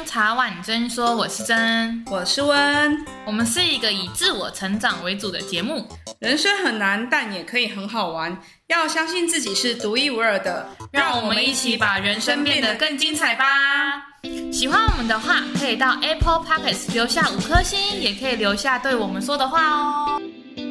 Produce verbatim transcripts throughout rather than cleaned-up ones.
茶碗真说，我是真， 我是温。 我们是一个以自我成长为主的节目。 人生很难，但也可以很好玩。要相信自己是独一无二的， 让我们一起把人生变得更精彩吧。喜欢我们的话，可以到 Apple Podcast 留下五颗星，也可以留下对我们说的话哦。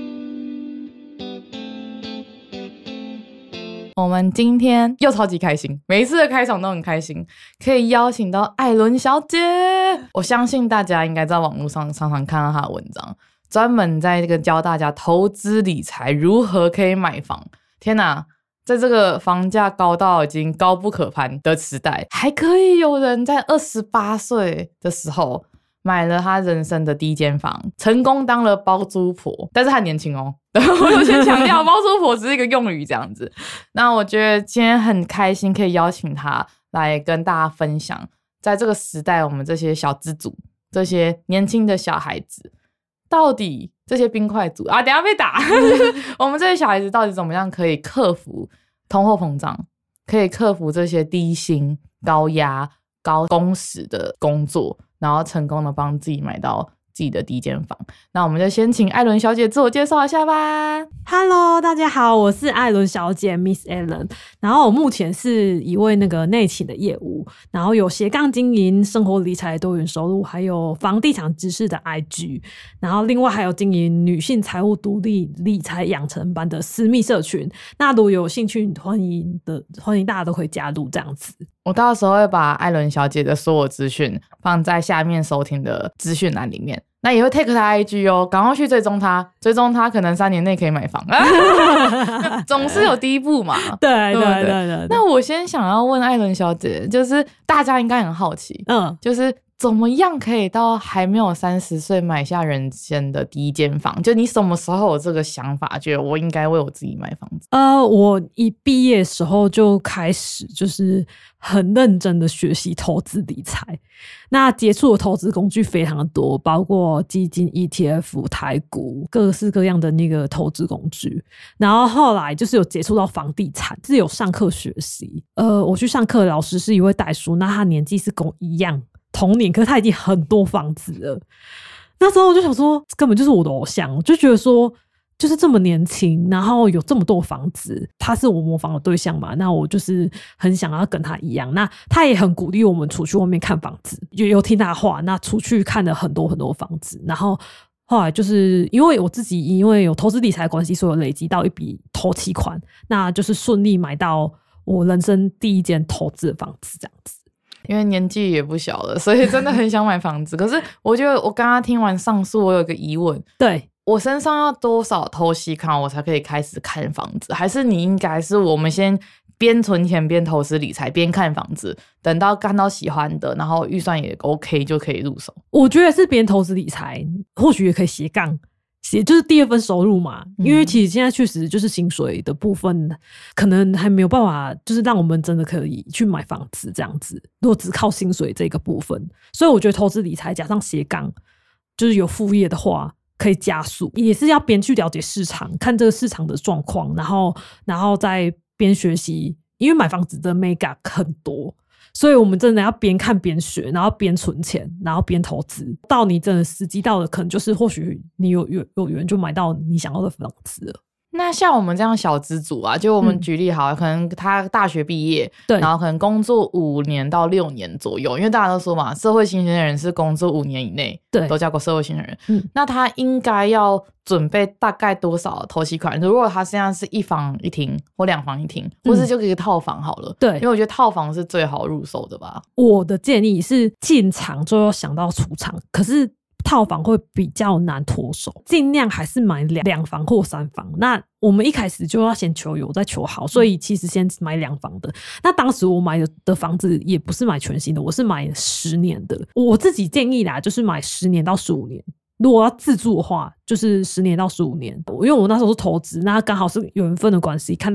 我们今天又超级开心，每一次的开场都很开心，可以邀请到艾伦小姐。我相信大家应该在网络上常常看到她的文章，专门在这个教大家投资理财如何可以买房。天哪，在这个房价高到已经高不可攀的时代，还可以有人在二十八岁的时候买了他人生的第一间房，成功当了包租婆，但是他很年轻哦。我有先强调，包租婆只是一个用语这样子。那我觉得今天很开心可以邀请他来跟大家分享，在这个时代，我们这些小资族，这些年轻的小孩子，到底这些冰块族啊，等一下被打，我们这些小孩子到底怎么样可以克服通货膨胀，可以克服这些低薪、高压、高工时的工作，然后成功的帮自己买到自己的第一间房。那我们就先请艾伦小姐自我介绍一下吧。 Hello， 大家好，我是艾伦小姐 Miss Ellen， 然后我目前是一位那个内勤的业务，然后有斜杠经营、生活理财、多元收入，还有房地产知识的 I G， 然后另外还有经营女性财务独立理财养成班的私密社群。那如果有兴趣，欢迎的欢迎大家都可以加入这样子。 我到时候会把艾伦小姐的所有资讯放在下面收听的资讯栏里面，那也会 take 她 I G 哦，赶快去追踪她，追踪她可能三年内可以买房总是有第一步嘛。 对对对对对对, 对。 那我先想要问艾伦小姐，就是大家应该很好奇， 嗯， 就是怎么样可以到还没有三十岁买下人生的第一间房？就你什么时候有这个想法，觉得我应该为我自己买房子？ 呃，我一毕业的时候就开始就是很认真的学习投资理财。那接触的投资工具非常的多，包括基金、E T F、台股，各式各样的那个投资工具。然后后来就是有接触到房地产，是有上课学习。呃，我去上课的老师是一位代书，那他年纪是跟我一样同年，可是他已经很多房子了。那时候我就想说，根本就是我的偶像，我就觉得说，就是这么年轻，然后有这么多房子，他是我模仿的对象嘛，那我就是很想要跟他一样。那他也很鼓励我们出去外面看房子，有有听他话，那出去看了很多很多房子。然后后来就是因为我自己因为有投资理财的关系，所以有累积到一笔头期款，那就是顺利买到我人生第一间投资的房子这样子。 因为年纪也不小了，所以真的很想买房子。可是我觉得我刚刚听完上述，我有个疑问， 对， 我身上要多少头期款我才可以开始看房子？还是你应该是我们先边存钱边投资理财边看房子，等到看到喜欢的，然后预算也 OK 就可以入手？ 我觉得是边投资理财，或许也可以斜杠，也就是第二份收入嘛。因为其实现在确实就是薪水的部分可能还没有办法就是让我们真的可以去买房子这样子，如果只靠薪水这个部分。所以我觉得投资理财加上斜杠，就是有副业的话可以加速，也是要边去了解市场，看这个市场的状况，然后然后再边学习。因为买房子的 mega 很多，所以我们真的要边看边学，然后边存钱，然后边投资，到你真的时机到了，可能就是或许你有有有缘就买到你想要的房子了。 那像我们这样小资族啊，就我们举例好了、嗯、可能他大学毕业，对，然后可能工作五年到六年左右，因为大家都说嘛，社会新鲜人是工作五年以内，对，都叫过社会新鲜人、嗯、那他应该要准备大概多少头期款？如果他现在是一房一厅或两房一厅，或是就一个套房好了、嗯、对，因为我觉得套房是最好入手的吧。 我的建议是进场就要想到出场，可是套房会比较难脱手，尽量还是买两两房或三房。那我们一开始就要先求有再求好，所以其实先买两房的。那当时我买 的, 的房子也不是买全新的，我是买十年的。我自己建议啦，就是买十年到十五年。如果要自住的话，就是十年到十五年。因为我那时候是投资，那刚好是有缘分的关系，看到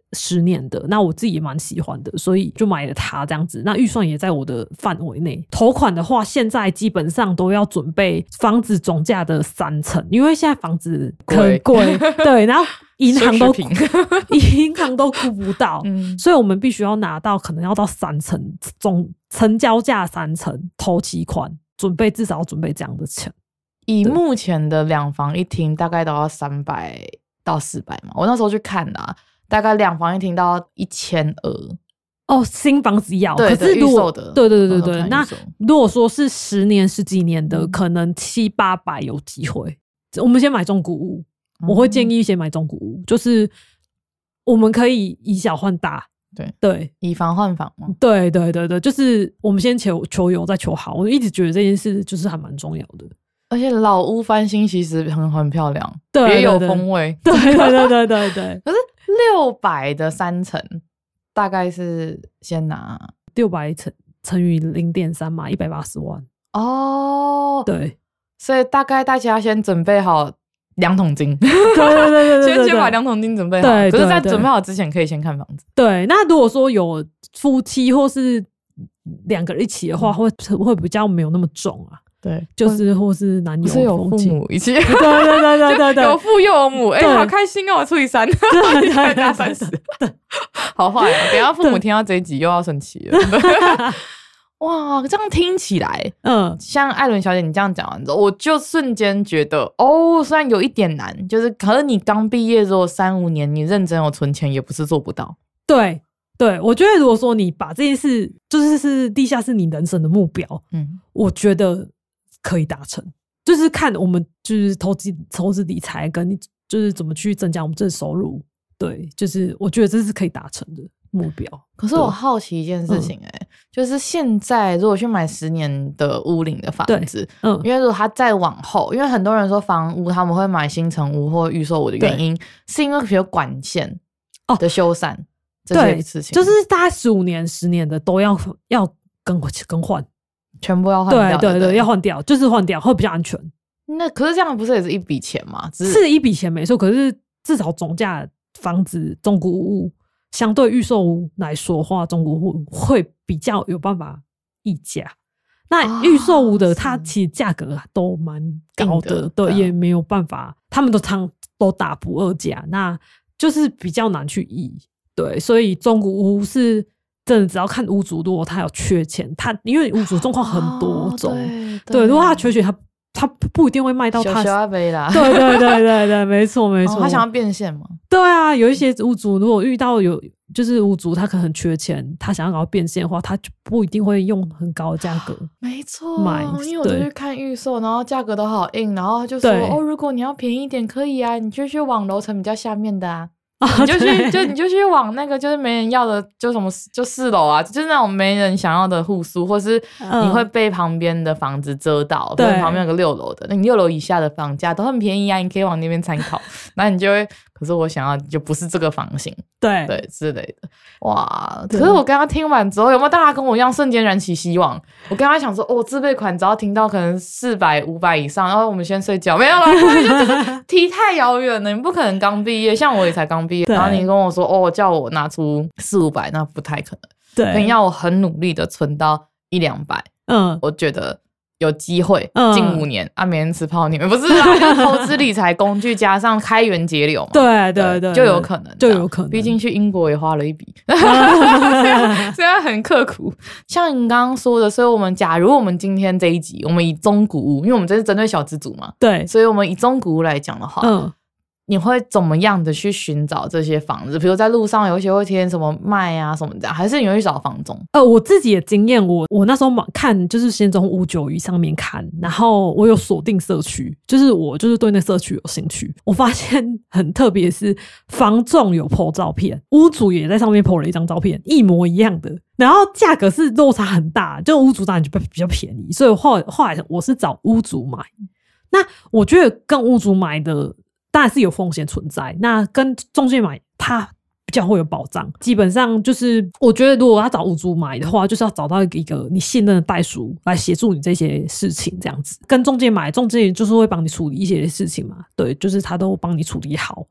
十年的，那我自己也蛮喜欢的，所以就买了它这样子。那预算也在我的范围内。头款的话，现在基本上都要准备房子总价的三成，因为现在房子很贵，对，然后银行都银行都估不到、嗯，所以我们必须要拿到可能要到三成总成交价三成头期款，准备至少要准备这样的钱。 以目前的两房一厅大概都要三百到四百嘛，我那时候去看啊，大概两房一厅到一千二。 哦，新房子要， 对， 可是如果的对对对对对，那如果说是十年十几年的，嗯、可能七八百有机会。我们先买中古屋，嗯、我会建议先买中古屋，就是我们可以以小换大。 对对， 以房换房嘛。 对对对对，就是我们先求求有再求好。我一直觉得这件事就是还蛮重要的。 而且老屋翻新其实很很漂亮， 对， 别有风味。 对对对对对对。 可是六百的三成，大概是先拿六百乘乘以零点三嘛，一百八十万。 哦， 对， 所以大概大家先准备好两桶金。 对对对对对， 先先把两桶金准备好。 对， 可是在准备好之前，可以先看房子。 对，那如果说有夫妻或是两个人一起的话，会会比较没有那么重啊。对，就是或是男友是有父母一起，对对对对对对， 有父又有母，哎、欸，好开心哦！我除以三，对对加三十，好坏啊！等一下父母听到这一集又要生气了。哇，这样听起来，嗯，像艾伦小姐你这样讲完之后，我就瞬间觉得，哦，虽然有一点难，就是可是你刚毕业之后三五年，你认真有存钱，也不是做不到。 对。对，我觉得如果说你把这件事就是是地下是你人生的目标，嗯，我觉得可以达成，就是看我们就是投资投资理财跟你就是怎么去增加我们这收入。对，就是我觉得这是可以达成的目标。 可是我好奇一件事情、欸，哎、嗯，就是现在如果去买十年的屋龄的房子，嗯，因为如果它再往后，因为很多人说房屋他们会买新成屋或预售屋的原因，是因为比如管线的修缮。哦对，就是大概十五年、十年的都要要更更换， 全部要换掉。 对对对，要换掉，就是换掉会比较安全。 那可是这样不是也是一笔钱吗？ 是, 是一笔钱没错，可是至少总价房子中古屋相对预售屋来说的话，中古屋会比较有办法议价。那预售屋的、哦、它其实价格都蛮高的，的对，也没有办法，他们都常都打不二价，那就是比较难去议。对，所以中古屋是真的，只要看屋主，如果他有缺钱，他因为屋主状况很多种，哦、对, 对，如果他缺钱，他他不一定会卖到他。 小阿杯啦， 对对对对对，没错没错、 哦。他想要变现吗？ 对啊，有一些屋主如果遇到有就是屋主他可能很缺钱，他想要搞变现的话，他就不一定会用很高的价格。 没错，买，因为我就去看预售，然后价格都好硬，然后就说哦，如果你要便宜一点可以啊，你就去往楼层比较下面的啊。你就去就你就去往那个就是没人要的就什么就四楼啊，就是那种没人想要的户数，或是你会被旁边的房子遮到，对、嗯，旁边有个六楼的，那你六楼以下的房价都很便宜啊，你可以往那边参考。那你就会，可是我想要就不是这个房型， 对对之类的。哇！可是我刚刚听完之后，有没有大家跟我一样瞬间燃起希望？我刚刚想说，哦，自备款只要听到可能四百五百以上，然后我们先睡觉，没有啦，就是题太遥远了，你不可能刚毕业，像我也才刚毕业，然后你跟我说，哦，叫我拿出四五百，那不太可能。对，你要我很努力的存到一两百，嗯，我觉得有机会，近五年、嗯、啊，没人吃泡面，不是啦，就投资理财工具加上开源节流嘛， 对对 对, 对， 就有可能， 就有可能。 毕竟去英国也花了一笔，虽然很刻苦。像你刚刚说的，所以我们假如我们今天这一集，我们以中古屋，因为我们这是针对小资族嘛，对，所以我们以中古屋来讲的话，嗯。你会怎么样的去寻找这些房子？比如在路上有一些会贴什么卖啊什么这样，还是你会去找房仲？ 呃，我自己的经验，我我那时候看就是先从五九一上面看，然后我有锁定社区，就是我就是对那社区有兴趣。我发现很特别是房仲有 po 照片，屋主也在上面 po 了一张照片，一模一样的，然后价格是落差很大，就屋主当然就比较便宜，所以后来后来我是找屋主买。那我觉得跟屋主买的当然是有风险存在，那跟中介买它比较会有保障。基本上就是我觉得如果要找屋主买的话，就是要找到一个你信任的代书来协助你这些事情，这样子。跟中介买，中介就是会帮你处理一些事情嘛，对，就是他都帮你处理好。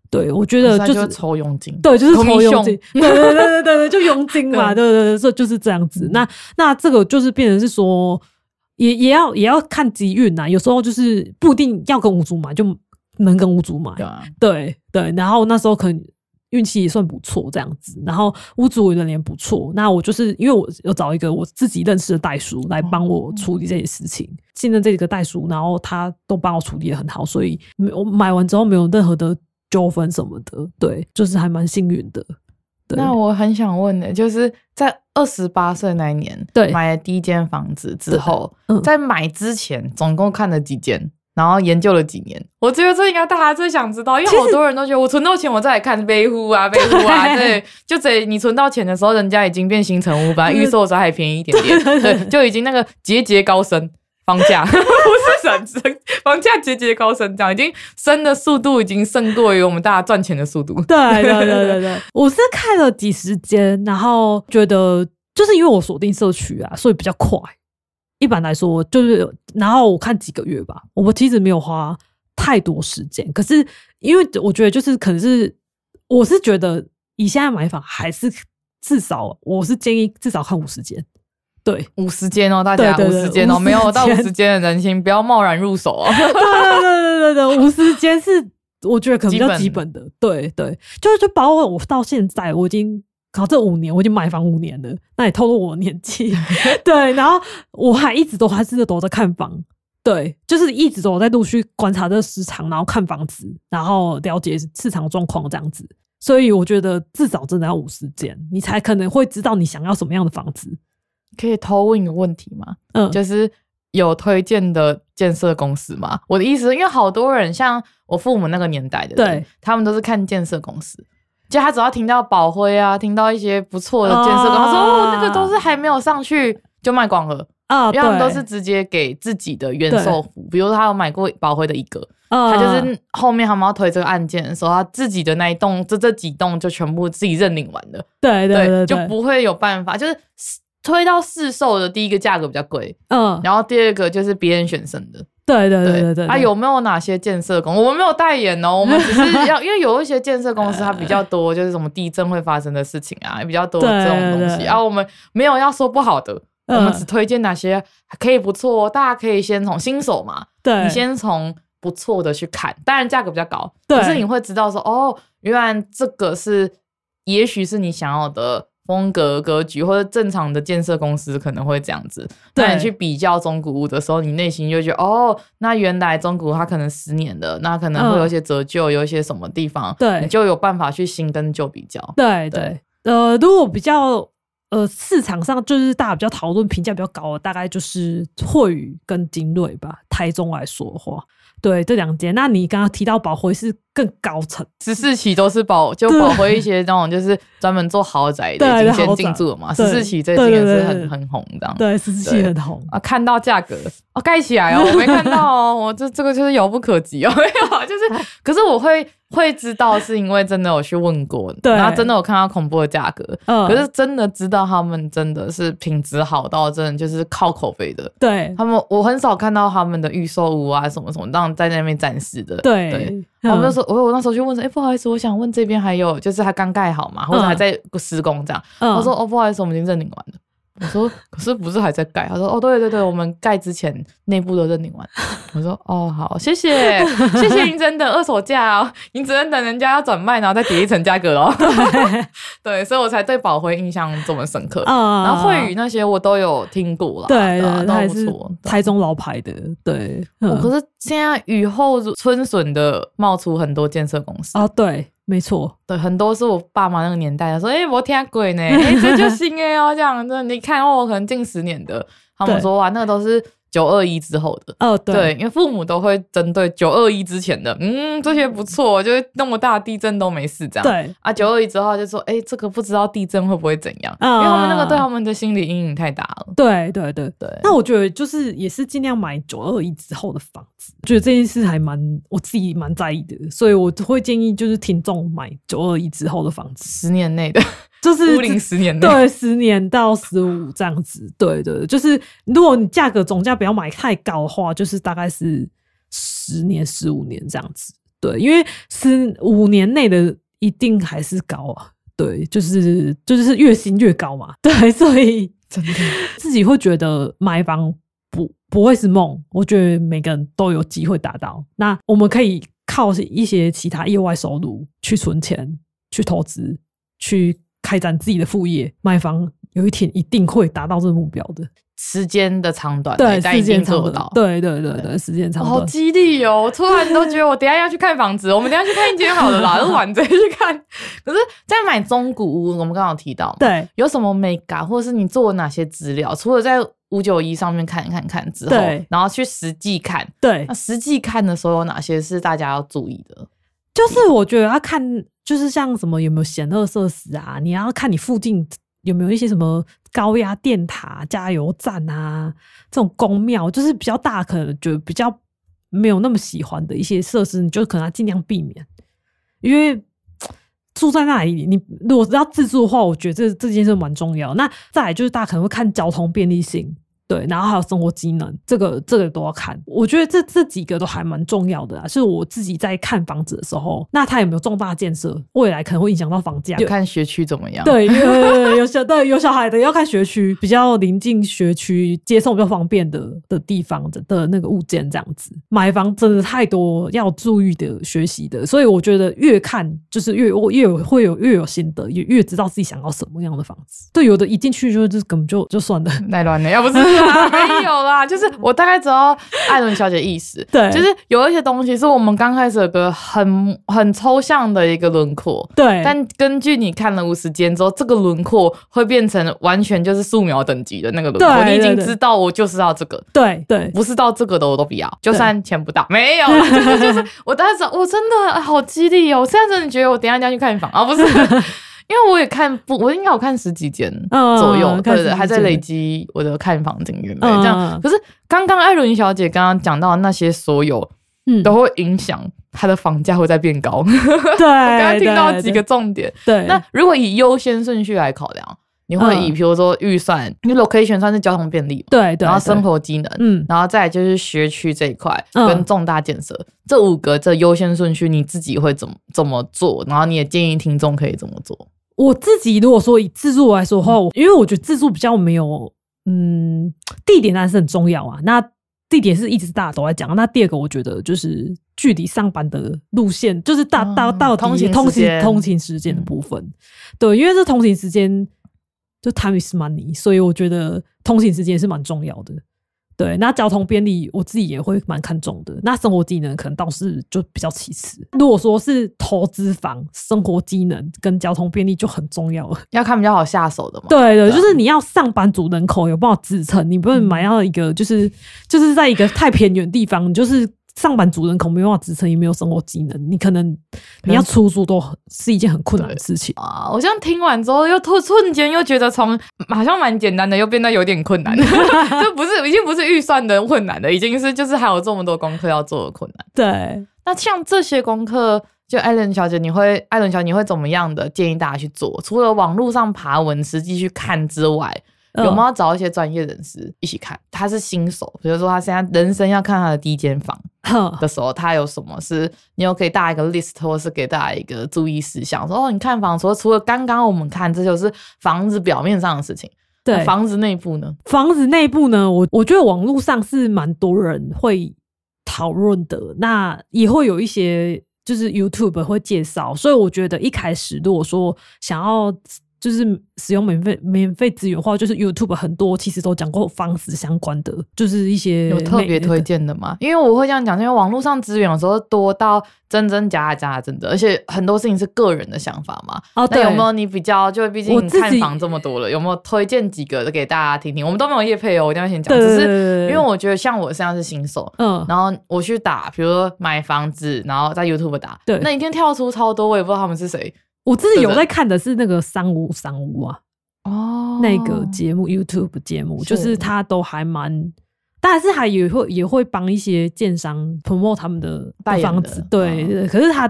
对，我觉得就是抽佣金， 对，就是抽佣金，对对对对对对，就佣金嘛，对对对，这就是这样子。那那这个就是变成是说，也也要也要看机运呐，有时候就是不一定要跟屋主买就能跟屋主买，对、啊、对对。然后那时候可能运气也算不错这样子，然后屋主人也不错。那我就是因为我有找一个我自己认识的代书来帮我处理这些事情，信任这个代书，然后他都帮我处理得很好，所以我买完之后没有任何的纠纷什么的，对，就是还蛮幸运的。 那我很想问的，就是在二十八岁那一年，对，买了第一间房子之后，嗯、在买之前总共看了几间，然后研究了几年？我觉得这应该大家最想知道，因为好多人都觉得我存到钱我再来看北户啊、北户啊，对，就这你存到钱的时候，人家已经变新成屋，本来预售的时候还便宜一点点，对，对就已经那个节节高升。房价不是上升，房价节节高升，这样已经升的速度已经胜过于我们大家赚钱的速度。 对对对对对，我是看了几十间，然后觉得就是因为我锁定社区啊，所以比较快。一般来说就是，然后我看几个月吧，我其实没有花太多时间。可是因为我觉得就是可能是，我是觉得以现在买房还是至少我是建议至少看五十间。对， 五十间哦，大家五十间哦，没有到五十间的人请不要贸然入手哦。 对对对对对，五十间是我觉得可能比较基本的，对对，就就包括我到现在，我已经考这五年，我已经买房五年了，那也透露我的年纪。对，然后我还一直都还是都在看房，对，就是一直都有在陆续观察这个市场，然后看房子，然后了解市场状况这样子。所以我觉得至少真的要五十间，你才可能会知道你想要什么样的房子。 可以偷问一个问题吗？嗯，就是有推荐的建设公司吗？我的意思，因为好多人像我父母那个年代的人，对，他们都是看建设公司，就他只要听到宝辉啊，听到一些不错的建设公司，他说哦，那个都是还没有上去就卖光了啊，因为他们都是直接给自己的原售服，比如说他有买过宝辉的一个。Uh, 他就是后面他们要推这个案件的时候，他自己的那一栋这这几栋就全部自己认领完了， 对对 对, 对， 就不会有办法，就是推到市售的第一个价格比较贵，嗯，然后第二个就是别人选剩的， 对对对 对, 对, 对啊，有没有哪些建设公司？我们没有代言哦，我们只是要，因为有一些建设公司它比较多，就是什么地震会发生的事情啊，比较多这种东西，对对对啊，我们没有要说不好的。我们只推荐哪些可以不错，大家可以先从新手嘛，对，你先从不错的去看，当然价格比较高，可是你会知道说，哦，原来这个是，也许是你想要的风格格局，或者正常的建设公司可能会这样子。那你去比较中古屋的时候，你内心就觉得，哦，那原来中古屋它可能十年的，那可能会有一些折旧，嗯、有一些什么地方，对，你就有办法去新跟旧比较。 对 对, 对，呃，如果比较。呃，市场上就是大家比较讨论评价比较高的，大概就是惠宇跟精锐吧。台中来说的话，对这两间。那你刚刚提到宝辉是更高层， 十四期都是宝，就宝辉一些那种就是专门做豪宅的，已经先进驻了嘛。十四期这间也是很很红这样。 对，十四期很红啊。看到价格哦，盖起来哦，我没看到哦，我这这个就是遥不可及哦，没有，就是，可是我会。会知道是因为真的有去问过，然后真的有看到恐怖的价格，嗯，可是真的知道他们真的是品质好到真的就是靠口碑的，对他们，我很少看到他们的预售屋啊什么什么让在那边展示的，对，对他们就说，我我那时候去问说，哎、欸，不好意思，我想问这边还有就是他刚盖好嘛，或者还在施工这样，嗯、我说哦，不好意思，我们已经认领完了。我说可是不是还在盖？他说哦对对对，我们盖之前内部都认领完。我说哦好，谢谢谢谢您，真的二手价哦，您只能等人家要转卖，然后再叠一层价格哦。对，所以我才对宝辉印象这么深刻。嗯、然后惠宇那些我都有听过啦， 对对， 都不错，台中老牌的。对， 嗯哦、可是现在雨后春笋的冒出很多建设公司哦，对。没错， 对，很多是我爸妈那个年代的说，哎、欸，我听过呢，哎、欸，这就新哎哦，这样子，你看哦，可能近十年的，他们说哇，那个都是九二一之后的，哦，对，对，因为父母都会针对九二一之前的，嗯，这些不错，就是那么大的地震都没事这样，对啊，九二一之后就说，哎、欸，这个不知道地震会不会怎样，嗯、因为他们那个对他们的心理阴影太大了， 对对对对。那我觉得就是也是尽量买九二一之后的房子，觉得这件事还蛮我自己蛮在意的，所以我会建议就是听众买九二一之后的房子， 十年内的。 就是屋龄十年内， 对，十年到十五这样子，对对，就是如果你价格总价不要买太高的话，就是大概是十年、十五年这样子， 对，因为十五年内的一定还是高啊，对，就是就是月薪越高嘛，对，所以真的自己会觉得买房不不会是梦，我觉得每个人都有机会达到。那我们可以靠一些其他业外收入去存钱、去投资、去开展自己的副业，买房有一天一定会达到这个目标的。 时间的长短， 对， 但一定做得到。 对对对对，时间长短。 好激励哦！我突然都觉得我等一下要去看房子，我们等一下去看一间好了啦，录完再去看。可是，在买中古屋，我们刚刚有提到，对，有什么美感，或者是你做了哪些资料？除了在五九一上面看看看之后，对，然后去实际看，对，那实际看的时候有哪些是大家要注意的？ 就是我觉得要看，就是像什么有没有险恶设施啊，你要看你附近有没有一些什么高压电塔、加油站啊，这种公庙，就是比较大，可能就比较没有那么喜欢的一些设施，你就可能要尽量避免。因为住在那里，你如果是要自住的话，我觉得这这件事蛮重要。那再来就是大家可能会看交通便利性。对，然后还有生活机能，这个这个都要看。我觉得这这几个都还蛮重要的啊。是我自己在看房子的时候，那它有没有重大建设，未来可能会影响到房价。 要看学区怎么样。 对，有有小对有小孩的要看学区，比较临近学区、接送比较方便的的地方的的那个物件这样子。买房真的太多要注意的、学习的，所以我觉得越看就是越我越有会有越有心得，也越知道自己想要什么样的房子。对，有的一进去就就根本就就算了， 太乱了，要不是。没有啦，就是我大概知道艾伦小姐意思，对，就是有一些东西是我们刚开始有个很很抽象的一个轮廓，对，但根据你看了五十间之后，这个轮廓会变成完全就是素描等级的那个轮廓，你已经知道我就是要这个，对对，不是到这个的我都不要，就算钱不到，没有，就是就是我当时我真的好激励哦，我现在真的觉得我等一下一定要去看房啊，不是。因为我也看不，我应该有看十几间左右，对对对，还在累积我的看房经验，这样。可是刚刚艾伦小姐刚刚讲到那些所有，嗯，都会影响它的房价会再变高。对，我刚刚听到几个重点。对，那如果以优先顺序来考量，你会以比如说预算，因为 location 算是交通便利，对对，然后生活机能，嗯，然后再来就是学区这一块跟重大建设。这五个这优先顺序你自己会怎么怎么做？然后你也建议听众可以怎么做？ 我自己如果说以自住来说的话，因为我觉得自住比较没有，嗯，地点当然是很重要啊。那地点是一直大家都在讲。那第二个我觉得就是距离上班的路线，就是大到到底通勤通勤通勤时间的部分。嗯、对，因为这通勤时间就 time is money， 所以我觉得通勤时间是蛮重要的。对，那交通便利我自己也会蛮看重的，那生活机能可能倒是就比较其次。如果说是投资房，生活机能跟交通便利就很重要了， 要看比较好下手的嘛。 对对，就是你要上班族人口有办法支撑，你不能买到一个就是就是在一个太偏远的地方，你就是上班族人口没办法支撑，也没有生活机能，你可能你要出租都是一件很困难的事情啊！我这样听完之后，又突瞬间又觉得从好像蛮简单的，又变得有点困难，就不是已经不是预算的困难了，已经是就是还有这么多功课要做的困难。对，那像这些功课，就艾伦小姐，你会艾伦小姐你会怎么样的建议大家去做？除了网络上爬文实际去看之外，有没有找一些专业人士一起看？他是新手，比如说他现在人生要看他的第一间房的时候，他有什么是你有可以大一个 list， 或是给大家一个注意事项，说哦，你看房除了除了刚刚我们看，这就是房子表面上的事情。对，房子内部呢？ 房子内部呢？我我觉得网络上是蛮多人会讨论的，那也会有一些就是 YouTube 会介绍，所以我觉得一开始如果说想要就是使用免费免费资源的话，就是 YouTube 很多其实都讲过房子相关的，就是一些有特别推荐的嘛。因为我会这样讲，因为网络上资源有时候多到真真假假真的，而且很多事情是个人的想法嘛。哦，对。那有没有你比较，就毕竟你看房这么多了，有没有推荐几个给大家听听？我们都没有业配哦，我一定要先讲。只是因为我觉得像我现在是新手，嗯，然后我去打，比如说买房子，然后在 YouTube 打，对，那一天跳出超多，我也不知道他们是谁。 我自己有在看的是那个三五三五啊，哦，那个节目 YouTube 节目，就是他都还蛮，但是还也会也会帮一些建商 promote 他们的房子，对、哦，可是他的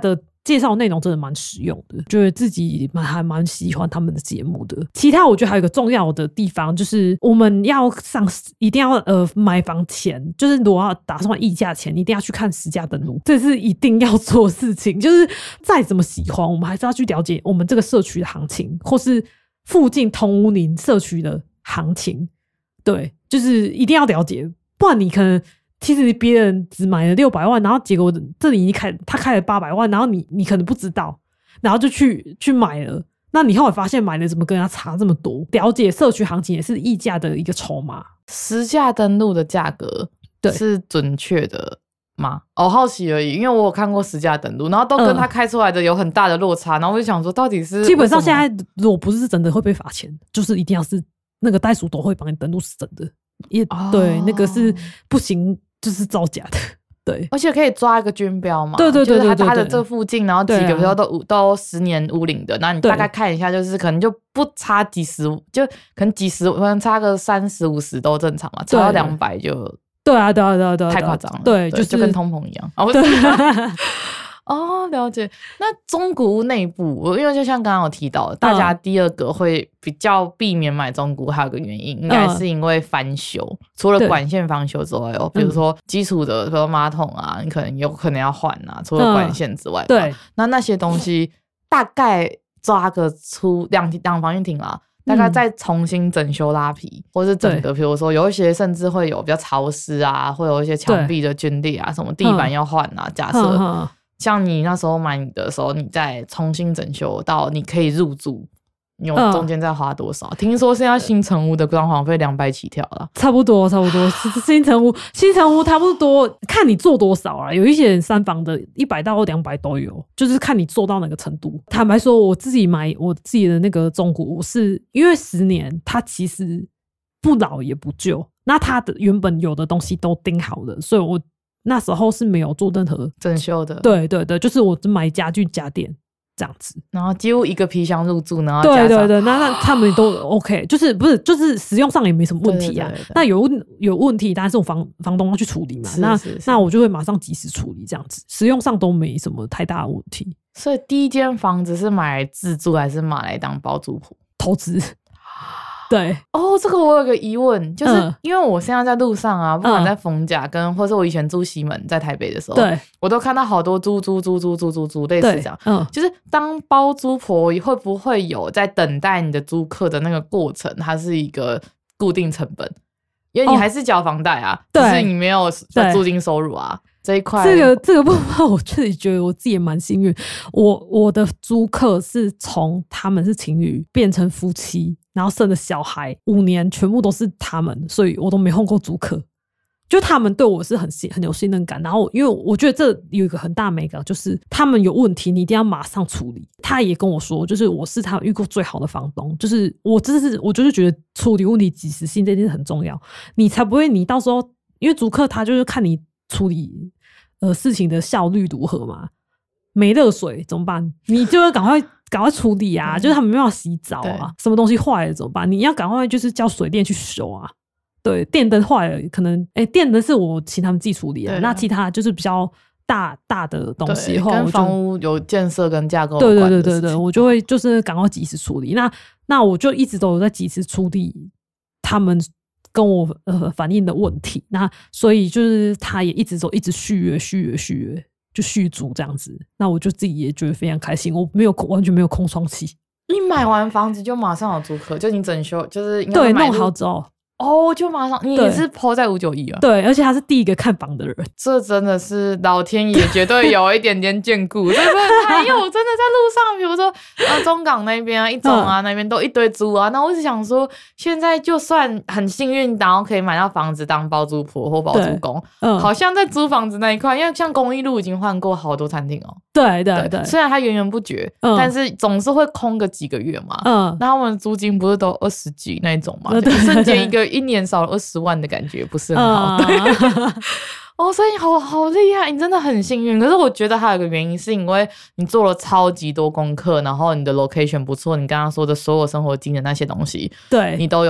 介绍内容真的蛮实用的，觉得自己蛮还蛮喜欢他们的节目的。其他我觉得还有一个重要的地方，就是我们要上一定要呃买房前，就是如果要打算议价前，一定要去看实价登录，这是一定要做的事情。就是再怎么喜欢，我们还是要去了解我们这个社区的行情，或是附近同屋邻社区的行情。对，就是一定要了解，不然你可能其实别人只买了六百万，然后结果这里你开他开了八百万，然后你你可能不知道，然后就去去买了，那你后来发现买了怎么跟人家差这么多？了解社区行情也是议价的一个筹码。 实价登录的价格对是准确的吗？我好奇而已，因为我有看过实价登录，然后都跟他开出来的有很大的落差，嗯、然后我就想说，到底是基本上现在如果不是真的会被罚钱，就是一定要是那个袋鼠都会帮你登录是真的，也、哦、对，那个是不行，就是造假的。对， 而且可以抓一个均标嘛， 对对对对对对， 就是它的这附近，然后几个比如说都、啊、都十年屋龄的，然后你大概看一下，就是可能就不差几十，就可能几十，可能差个三十五十都正常嘛，差到两百就对啊对啊对啊对啊， 太夸张了， 对， 就、 就是就跟通膨一样。哦对哦，了解。那中古屋内部，因为就像刚刚有提到的，大家第二个会比较避免买中古，还有个原因，应该是因为翻修。嗯、除了管线翻修之外哦，比如说基础的，比如说马桶啊，你可能有可能要换啊。除了管线之外、嗯，对，那那些东西大概抓个出两两房一厅啦。大概再重新整修拉皮，或是整个，比如说有一些甚至会有比较潮湿啊，会有一些墙壁的皲裂啊，什么地板要换啊。假设像你那时候买你的时候，你再重新整修到你可以入住，你有中间再花多少？嗯、听说现在新成屋的装潢费两百起跳了， 差不多差不多。新成屋新成屋差不多看你做多少啊，有一些人三房的一百到两百都有，就是看你做到哪个程度。坦白说，我自己买我自己的那个中古屋，是因为十年它其实不老也不旧，那它的原本有的东西都钉好了，所以我那时候是没有做任何整修的。 对对对，就是我买家具家电这样子， 然后几乎一个皮箱入住，然后对对对，那那他们都 OK， 就是不是就是使用上也没什么问题啊。对对对对，那有有问题，当然是我房房东要去处理嘛。那是是那我就会马上及时处理，这样子使用上都没什么太大的问题。 所以第一间房子是买来自住还是买来当包租婆？ 投资。对哦，这个我有个疑问，就是因为我现在在路上啊，嗯、不管在逢甲跟或是我以前住西门，在台北的时候，对，我都看到好多租租租租租租租类似这样，嗯，就是当包租婆会不会有在等待你的租客的那个过程，它是一个固定成本，因为你还是缴房贷啊，只、哦、是你没有租金收入啊。这一块， 这个这个部分，我自己觉得我自己也蛮幸运。我我的租客是从他们是情侣变成夫妻，然后生了小孩，五年全部都是他们，所以我都没换过租客。就他们对我是很信很有信任感，然后因为我觉得这有一个很大美感，就是他们有问题，你一定要马上处理。他也跟我说，就是我是他遇过最好的房东，就是我真是我就是觉得处理问题及时性这件事很重要，你才不会你到时候因为租客他就是看你处理。呃，事情的效率如何嘛？没热水怎么办？你就要赶快赶快处理啊！嗯、就是他们没办法洗澡啊，什么东西坏了怎么办？你要赶快就是叫水电去修啊。对，电灯坏了，可能哎、欸，电灯是我请他们自己处理的，那其他就是比较大大的东西的话， 跟房屋有建设跟架构有关的事情， 对对对对对，我就会就是赶快及时处理。那那我就一直都有在及时处理他们。跟我呃反映的问题，那所以就是他也一直都一直续约续约续约就续租这样子，那我就自己也觉得非常开心，我没有完全没有空窗期。 你买完房子就马上有租客，就你整修就是应该对弄好之后哦，就马上你也是 po 在五九一啊？ 对，而且他是第一个看房的人， 这真的是老天爷绝对有一点点眷顾，真的还有真的在路上，比如说啊中港那边啊、一中啊、嗯、那边都一堆租啊，那我只想说，现在就算很幸运，然后可以买到房子当包租婆或包租公，嗯，好像在租房子那一块，因为像公益路已经换过好多餐厅哦， 对对 对, 对， 虽然它源源不绝、嗯，但是总是会空个几个月嘛，嗯，那他们租金不是都二十几那一种嘛，就瞬间一个。一年少了二十万的感觉不是很好，对、嗯、哦，所以你好好厉害，你真的很幸运。可是我觉得还有一个原因，是因为你做了超级多功课，然后你的 location 不错，你刚刚说的所有生活经的那些东西，对你都有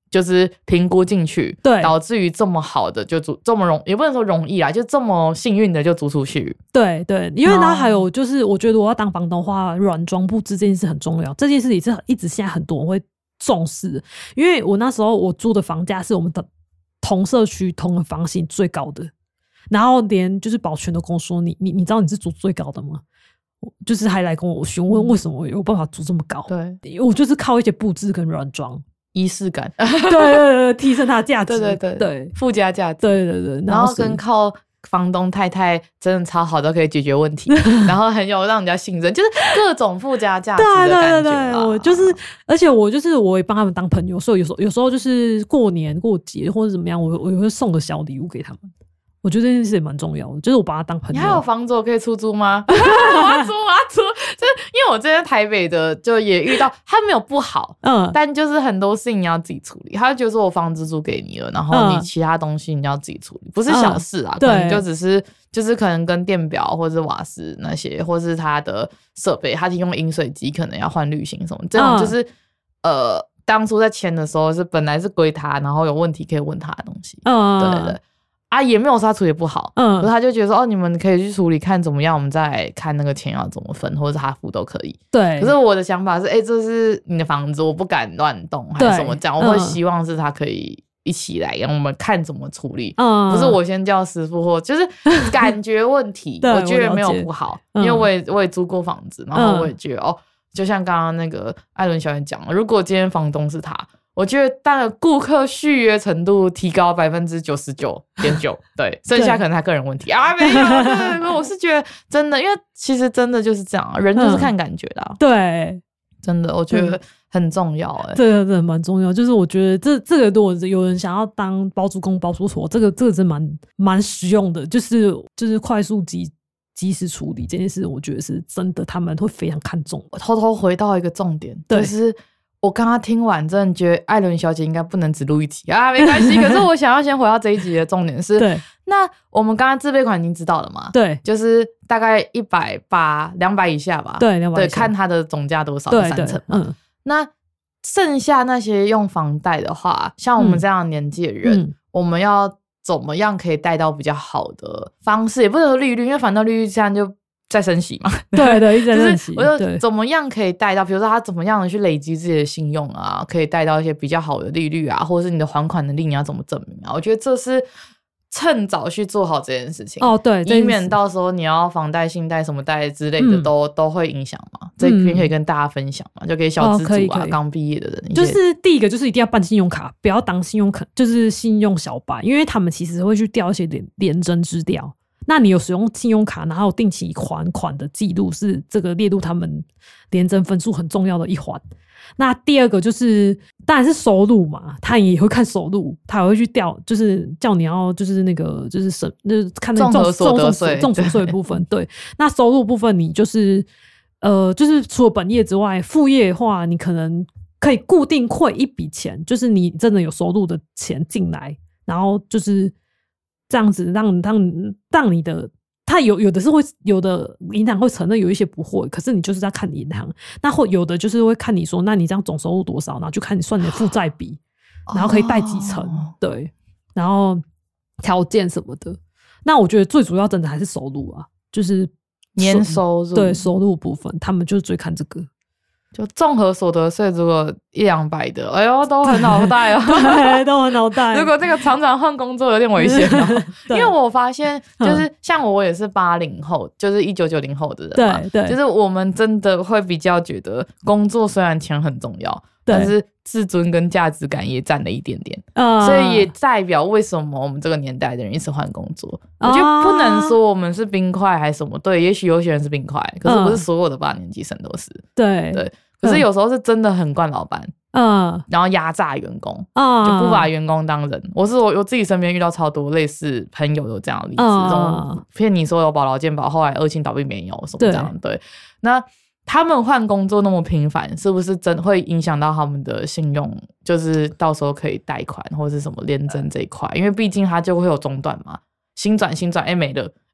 就是评估进去， 对， 导致于这么好的就租这么容，也不能说容易啦，就这么幸运的就租出去。 对对，因为它还有就是，我觉得我要当房东的话，软装布置这件事很重要，这件事也是一直现在很多人会重视，因为我那时候我租的房价是我们的同社区同的房型最高的，然后连就是保全都跟我说，你你你知道你是租最高的吗？就是还来跟我询问为什么我有办法租这么高。 对， 我就是靠一些布置跟软装。 仪式感， 对对对，提升它的价值， 对对对对， 附加价值， 对对对， 然后跟靠房东太太真的超好，都可以解决问题，然后很有让人家信任，就是各种附加价值的感觉。 对对对对，我就是，而且我就是我也帮他们当朋友，所以有时候有时候就是过年过节或者怎么样，我我也会送个小礼物给他们。我觉得这件事也蛮重要的，就是我把他当朋友。 你还有房子我可以出租吗？我要租，我要租。就是因为我这边台北的就也遇到，他没有不好，嗯，但就是很多事情你要自己处理。他就觉得说我房子租给你了，然后你其他东西你要自己处理，不是小事啊，嗯、可能就只是就是可能跟电表或者瓦斯那些，或是他的设备，他提供饮水机可能要换滤芯什么，这种就是、嗯、呃，当初在签的时候是本来是归他，然后有问题可以问他的东西，嗯，对对对。啊，也没有说他处理不好，嗯，可是他就觉得说，哦，你们可以去处理，看怎么样，我们再看那个钱要怎么分，或者是他付都可以。对。可是我的想法是，哎、欸，这是你的房子，我不敢乱动，还是什么这样，我会希望是他可以一起来，让我们看怎么处理。嗯。不是我先叫师傅，或就是感觉问题，我觉得没有不好，因为我也我也租过房子，然后我也觉得、嗯、哦，就像刚刚那个艾伦小姐讲了，如果今天房东是他。我觉得当然顾客续约程度提高百分之九十九点九，对，剩下可能他个人问题啊，没有，对，我是觉得真的，因为其实真的就是这样，人就是看感觉的、啊嗯，对，真的，我觉得很重要、欸，哎、嗯， 这个真的蛮重要，就是我觉得这这个如果有人想要当包租公包租婆，这个这个真蛮蛮实用的，就是就是快速及及时处理这件事，我觉得是真的，他们会非常看重。 我偷偷回到一个重点，就是。我刚刚听完，真的觉得艾伦小姐应该不能只录一集啊，没关系。可是我想要先回到这一集的重点是，对，那我们刚刚自备款已经知道了嘛？对，就是大概一百八、两百以下吧。对，对，看它的总价多少，三成嘛。嗯，那剩下那些用房贷的话，像我们这样年纪的人，嗯、我们要怎么样可以贷到比较好的方式？也不能说利率，因为反正利率这样就。在升息嘛， 对对，一直在升息。 就是我就怎么样可以贷到，比如说他怎么样的去累积自己的信用啊，可以贷到一些比较好的利率啊，或者是你的还款能力你要怎么证明啊？我觉得这是趁早去做好这件事情哦，对，以免到时候你要房贷、信贷什么贷之类的、嗯、都都会影响嘛。这边可以跟大家分享嘛，就给小资族啊、刚、哦、毕业的人， 就是第一个就是一定要办信用卡，不要当信用卡就是信用小白，因为他们其实会去调一些连连征资料。那你有使用信用卡，然后定期还款的记录，是这个列入他们联征分数很重要的一环。那第二个就是当然是收入嘛，他也会看收入，他也会去调，就是叫你要就是那个就是省，就是看那个综合所得税、 综所税的部分。对，那收入部分你就是呃，就是除了本业之外，副业的话，你可能可以固定汇一笔钱，就是你真的有收入的钱进来，然后就是。这样子让让让你的，他有有的是会有的银行会承认有一些不会，可是你就是在看银行，那或有的就是会看你说，那你这样总收入多少，然后就看你算你的负债比，然后可以贷几成，哦、对，然后条件什么的。那我觉得最主要真的还是收入啊，就是年收入， 对收入部分，他们就是最看这个。 就综合所得税，如果一两百的，哎呦，都很脑袋哦， 对，都很脑袋。 如果这个常常换工作有点危险哦，因为我发现，就是像我，我也是八零后，就是一九九零后的人嘛，对对，就是我们真的会比较觉得工作虽然钱很重要，但是自尊跟价值感也占了一点点，嗯，所以也代表为什么我们这个年代的人一直换工作。我觉得不能说我们是冰块还是什么，对，也许有些人是冰块，可是不是所有的八年级生都是，对对。可是有时候是真的很惯老板，嗯，然后压榨员工，嗯，就不把员工当人。我是我我自己身边遇到超多类似朋友有这样的例子，这种骗你说有保劳健保，后来恶性倒闭没有什么这样，对。对那他们换工作那么频繁，是不是真会影响到他们的信用？就是到时候可以贷款或者是什么联征这一块，因为毕竟它就会有中断嘛，新转新转，哎没了。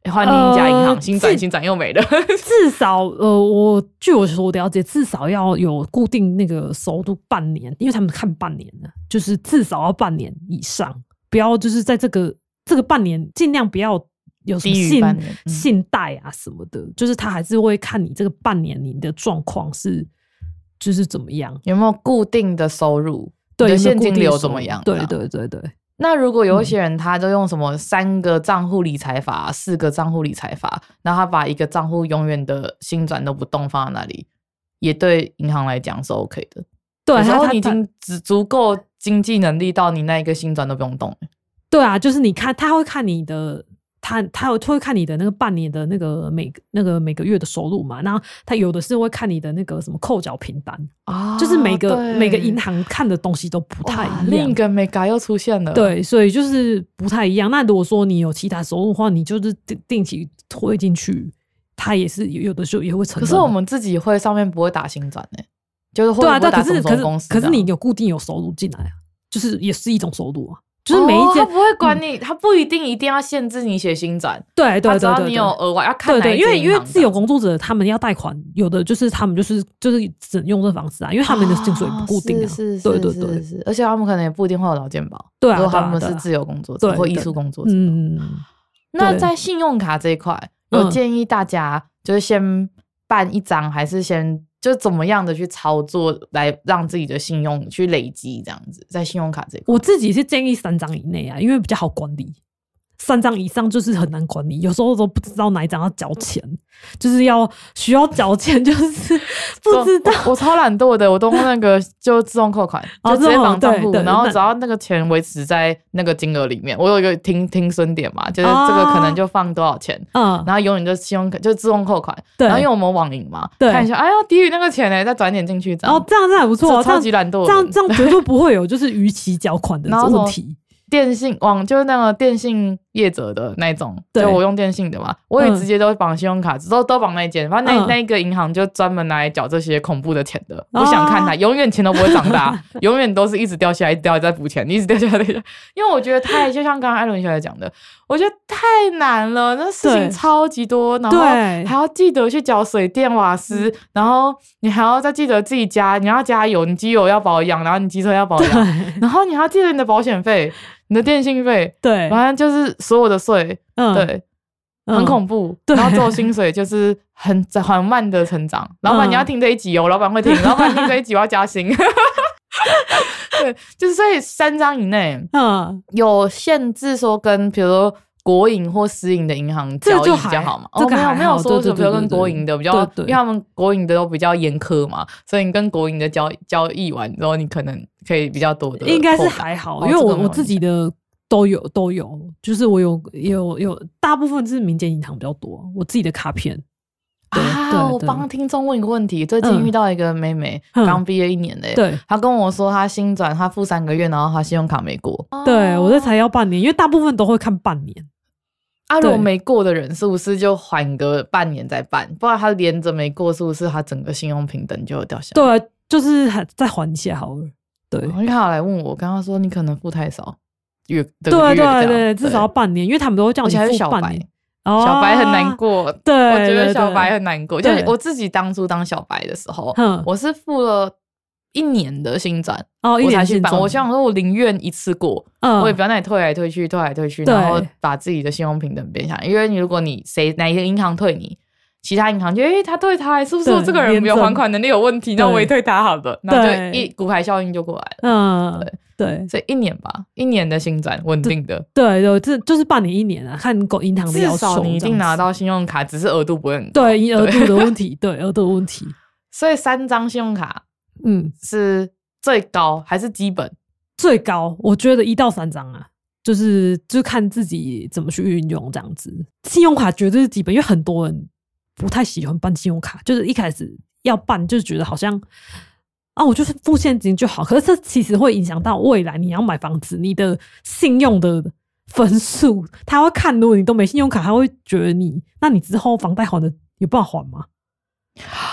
换另一家银行， 呃新转新转又没了。 至少呃，我据我所了解，至少要有固定那个收入半年，因为他们看半年的，就是至少要半年以上，不要就是在这个这个半年尽量不要有什么信、嗯、信贷啊什么的，就是他还是会看你这个半年你的状况是就是怎么样， 有没有固定的收入， 对， 你的现金流怎么样？ 对对对对。 那如果有一些人他就用什么三个账户理财法、四个账户理财法，然后他把一个账户永远的新转都不动放在那里，也对银行来讲是 OK 的。 对， 然后你已经足足够经济能力到你那一个新转都不用动。 对啊，就是你看他会看你的。他他会看你的那个半年的那个每那个每个月的收入嘛，然后他有的是会看你的那个什么扣缴凭单啊，就是每个每个银行看的东西都不太一样。 另一个美嘎又出现了， 对，所以就是不太一样。那如果说你有其他收入的话，你就是定定期推进去，他也是有的时候也会承认。 可是我们自己会上面不会打新转呢、欸，就是会不会打什么公司？ 可是你有固定有收入进来啊，就是也是一种收入啊。就是每一间、 哦、他不会管你、嗯，他不一定一定要限制你写新转， 对对对对， 只要你有额外要看哪一间银行。对对， 因为因为自由工作者他们要贷款，有的就是他们就是就是只能用这方式啊，因为他们的薪水不固定啊， 哦、是是对对对， 是是，而且他们可能也不一定会有劳健保， 对啊， 如果他们是自由工作者或艺术工作者。嗯，那在信用卡这一块，有建议大家就是先办一张，还是先？就怎么样的去操作来让自己的信用去累积，这样子在信用卡这一块， 我自己是建议三张以内啊，因为比较好管理。三张以上就是很难管理，有时候都不知道哪一张要缴钱，就是要需要缴钱，就是不知道。 我, 我超懒惰的，我都那个就自动扣款，就直接绑账户，然后只要那个钱维持在那个金额里面。我有一个听听损点嘛，就是这个可能就放多少钱，嗯，然后永远就信用卡就自动扣款，然后因为我们网银嘛，看一下，哎呦低于那个钱呢、欸，再转点进去，这样。 哦，这样这样还不错， 超级懒惰， 这样这样绝对不会有就是逾期缴款的问题。 电信网就是那个电信业者的那种，就我用电信的嘛，我也直接都绑信用卡，都都绑那一间，反正那、嗯、那一个银行就专门来缴这些恐怖的钱的，不、哦、想看它，永远钱都不会长大，永远都是一直掉下来，一直掉下来再补钱，一直掉下来，因为我觉得太就像刚刚艾伦小姐讲的，我觉得太难了，那事情超级多，然后还要记得去缴水电瓦斯，然后你还要再记得自己加，你要加油，你机油要保养，然后你机车要保养，然后你还要记得你的保险费。你的电信费，对，反正就是所有的税，嗯，对，很恐怖。然后之后薪水就是很缓慢的成长。老板，你要听这一集哦，老板会听。老板听这一集，我要加薪。对，就是所以三张以内，嗯，有限制说跟比如说国营或私营的银行交易比较好嘛？ 这个、 哦、没有没有说什么，比如跟国营的比较，对对对，因为他们国营的都比较严苛嘛，所以你跟国营的交交易完之后，你可能可以比较多的， 应该是还好，哦、因为我、这个、我自己的都有都有，就是我有有有大部分是民间银行比较多，我自己的卡片。 啊！我帮听众问一个问题，最近遇到一个妹妹，刚、嗯、毕业一年的，对，她跟我说她新转，她付三个月，然后她信用卡没过。 对，我这才要半年，因为大部分都会看半年。 啊，如果没过的人是不是就缓个半年再办？不然他连着没过，是不是他整个信用评等就掉下来？对，就是还再缓一下好了。对， 因为他来问我，我跟他说你可能付太少，月对对 对, 对，至少要半年，因为他们都会叫你付半年。 哦、小白很难过， 对， 我觉得小白很难过。就是我自己当初当小白的时候，我是付了一年的新转，哦，我才去办。我想说，我宁愿一次过，嗯，我也不要那里退来退去，退来退去，然后把自己的信用平等变下来。因为你如果你谁哪一个银行退你，其他银行就诶、欸、他退他，是不是我这个人没有还款能力有问题？那我也退他好了，然后就一骨牌效应就过来了。嗯，对。 对， 所以一年吧，一年的新转稳定的， 对对，这就是半年一年啊，看银行的要求， 至少你一定拿到信用卡，只是额度不会很高，对，额度的问题，对，额度的问题。 所以三张信用卡，嗯，是最高还是基本？ 最高，我觉得一到三张啊，就是就看自己怎么去运用这样子。信用卡绝对是基本，因为很多人不太喜欢办信用卡，就是一开始要办就觉得好像。啊，我就是付现金就好，可是这其实会影响到未来你要买房子，你的信用的分数，他会看，如果你都没信用卡，他会觉得你，那你之后房贷还的有办法还吗？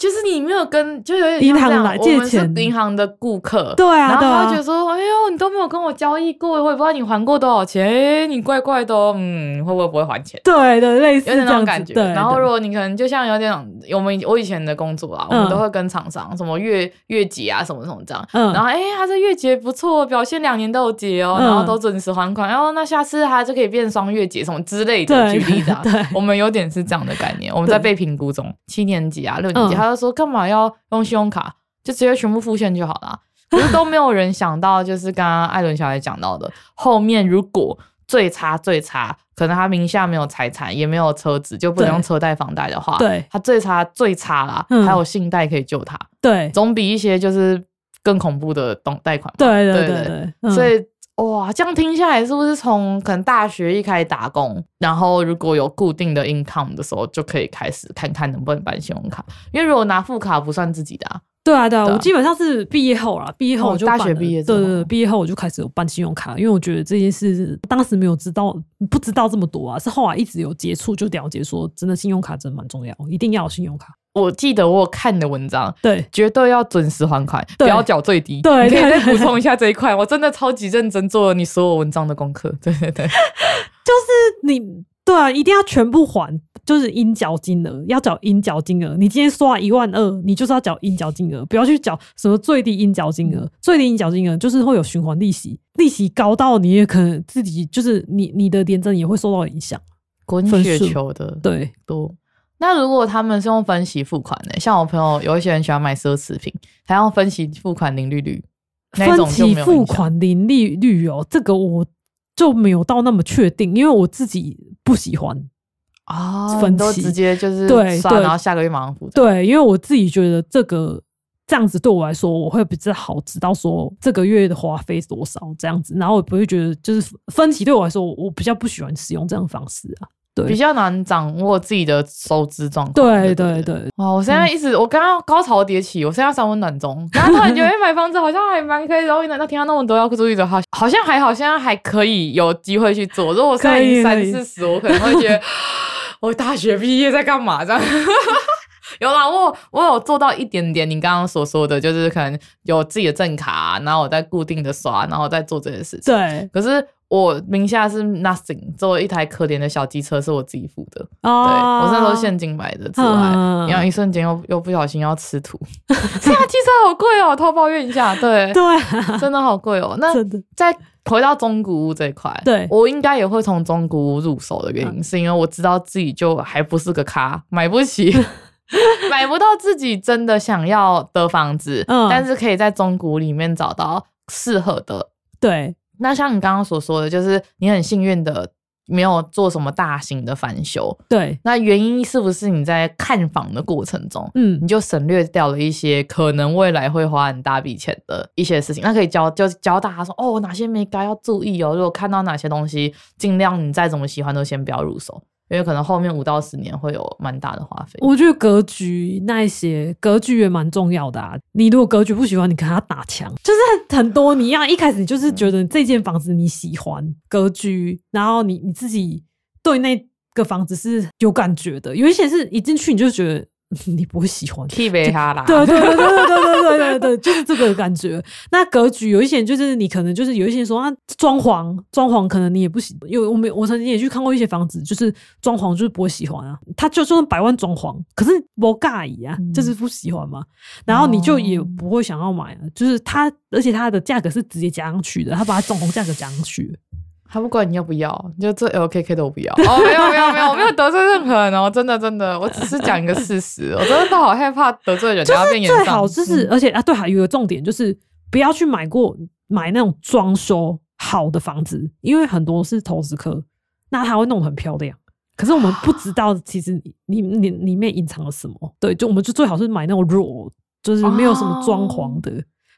就是你没有跟，就有点银行来借钱， 我们是银行的顾客， 对啊， 然后他对啊觉得说，哎呦，你都没有跟我交易过，我也不知道你还过多少钱，哎，你怪怪的哦，嗯，会不会不会还钱？ 对的，类似有点那种感觉。 对， 然后如果你可能就像有点，我们我以前的工作啊，我们都会跟厂商什么月月结啊，什么什么这样，嗯，然后哎，他这月结不错，表现两年都有结哦，然后都准时还款，然后那下次他就可以变双月结什么之类的，举例的、啊， 对， 我们有点是这样的概念，我们在被评估中，七年级啊、六年级，他就说干嘛要用信用卡，就直接全部付现就好了。可是都没有人想到，就是刚刚艾伦小姐讲到的，后面如果最差最差，可能他名下没有财产，也没有车子，就不能用车贷房贷的话， 对， 他最差最差啦、嗯，还有信贷可以救他， 对， 总比一些就是更恐怖的贷款嘛， 对对对对对, 对， 嗯、 所以。哇，这样听下来是不是从可能大学一开始打工，然后如果有固定的 income 的时候，就可以开始看看能不能办信用卡？因为如果拿副卡不算自己的啊。 对啊，对啊，我基本上是毕业后啦，毕业后我就办了、 哦、大学毕业之后， 对对对，毕业后我就开始有办信用卡，因为我觉得这件事当时没有知道，不知道这么多啊，是后来一直有接触就了解说，真的信用卡真的蛮重要，一定要有信用卡。 我记得我有看你的文章， 对， 绝对要准时还款，不要缴最低。 对， 你可以再补充一下这一块，我真的超级认真做了你所有文章的功课。对对对， 就是你对啊，一定要全部还，就是应缴金额要缴应缴金额。你今天刷一万二，你就是要缴应缴金额，不要去缴什么最低应缴金额。最低应缴金额就是会有循环利息，利息高到你也可能自己就是你你的联征也会受到影响， 滚雪球的对多。那如果他们是用分期付款呢？像我朋友有一些人喜欢买奢侈品，他用分期付款零利率，那种就没有影响。 分期付款零利率哦，这个我就没有到那么确定，因为我自己不喜欢啊， 分期都直接就是刷，然后下个月马上付。 对，因为我自己觉得这个这样子对我来说，我会比较好知道说这个月的花费多少这样子，然后我不会觉得就是分期对我来说，我比较不喜欢使用这样的方式啊。对， 比较难掌握自己的收支状况。 对对对， 哇！我现在一直，嗯、我刚刚高潮迭起，我现在三温暖中，然后突然觉得，哎，买房子好像还蛮可以。然后那听到那么多要注意的话，好像还好，现在还可以有机会去做。如果我现在已经三四十，我可能会觉得，我大学毕业在干嘛这样？有啦，我我有做到一点点你刚刚所说的，就是可能有自己的正卡、啊，然后我在固定的刷，然后再做这些事情。 对， 可是我名下是 nothing， 只有一台可怜的小机车是我自己付的。 哦、 对，我那时候现金买的之外， 嗯、 然后一瞬间又又不小心要吃土，这台机车好贵哦，偷抱怨一下。对对、啊， 真的好贵哦。那在回到中古屋这一块， 对我应该也会从中古屋入手的原因，嗯、是因为我知道自己就还不是个咖，买不起。买不到自己真的想要的房子，嗯，但是可以在中古里面找到适合的。 对， 那像你刚刚所说的，就是你很幸运的没有做什么大型的翻修。 对， 那原因是不是你在看房的过程中，嗯，你就省略掉了一些可能未来会花很大笔钱的一些事情？那可以教就教大家说，哦，哪些没该要注意哦。如果看到哪些东西，尽量你再怎么喜欢都先不要入手。因为可能后面五到十年会有蛮大的花费。 我觉得格局那一些格局也蛮重要的啊。你如果格局不喜欢，你跟他打墙，就是很多你要一开始你就是觉得这间房子你喜欢格局，然后你你自己对那个房子是有感觉的。有一些是一进去你就觉得你不会喜欢， 踢被他啦。 对对对对对对对对对，就是这个感觉。那格局有一些人就是你可能就是有一些人说啊，装潢装潢可能你也不喜，因为我们我曾经也去看过一些房子，就是装潢就是不会喜欢啊，他就就算百万装潢，可是不介意啊，嗯、就是不喜欢嘛，然后你就也不会想要买啊，就是他而且他的价格是直接加上去的，他把他装潢价格加上去了。 他不管你要不要，就这 L K K 都不要。哦，没有没有没有，我没有得罪任何人哦，真的真的，我只是讲一个事实。我真的都好害怕得罪人， 就是最好就是，嗯、而且啊，对，还有一个重点就是不要去买过买那种装修好的房子，因为很多是投资客，那他会弄得很漂亮，可是我们不知道其实里里里面隐藏了什么。对，就我们就最好是买那种弱，就是没有什么装潢的。哦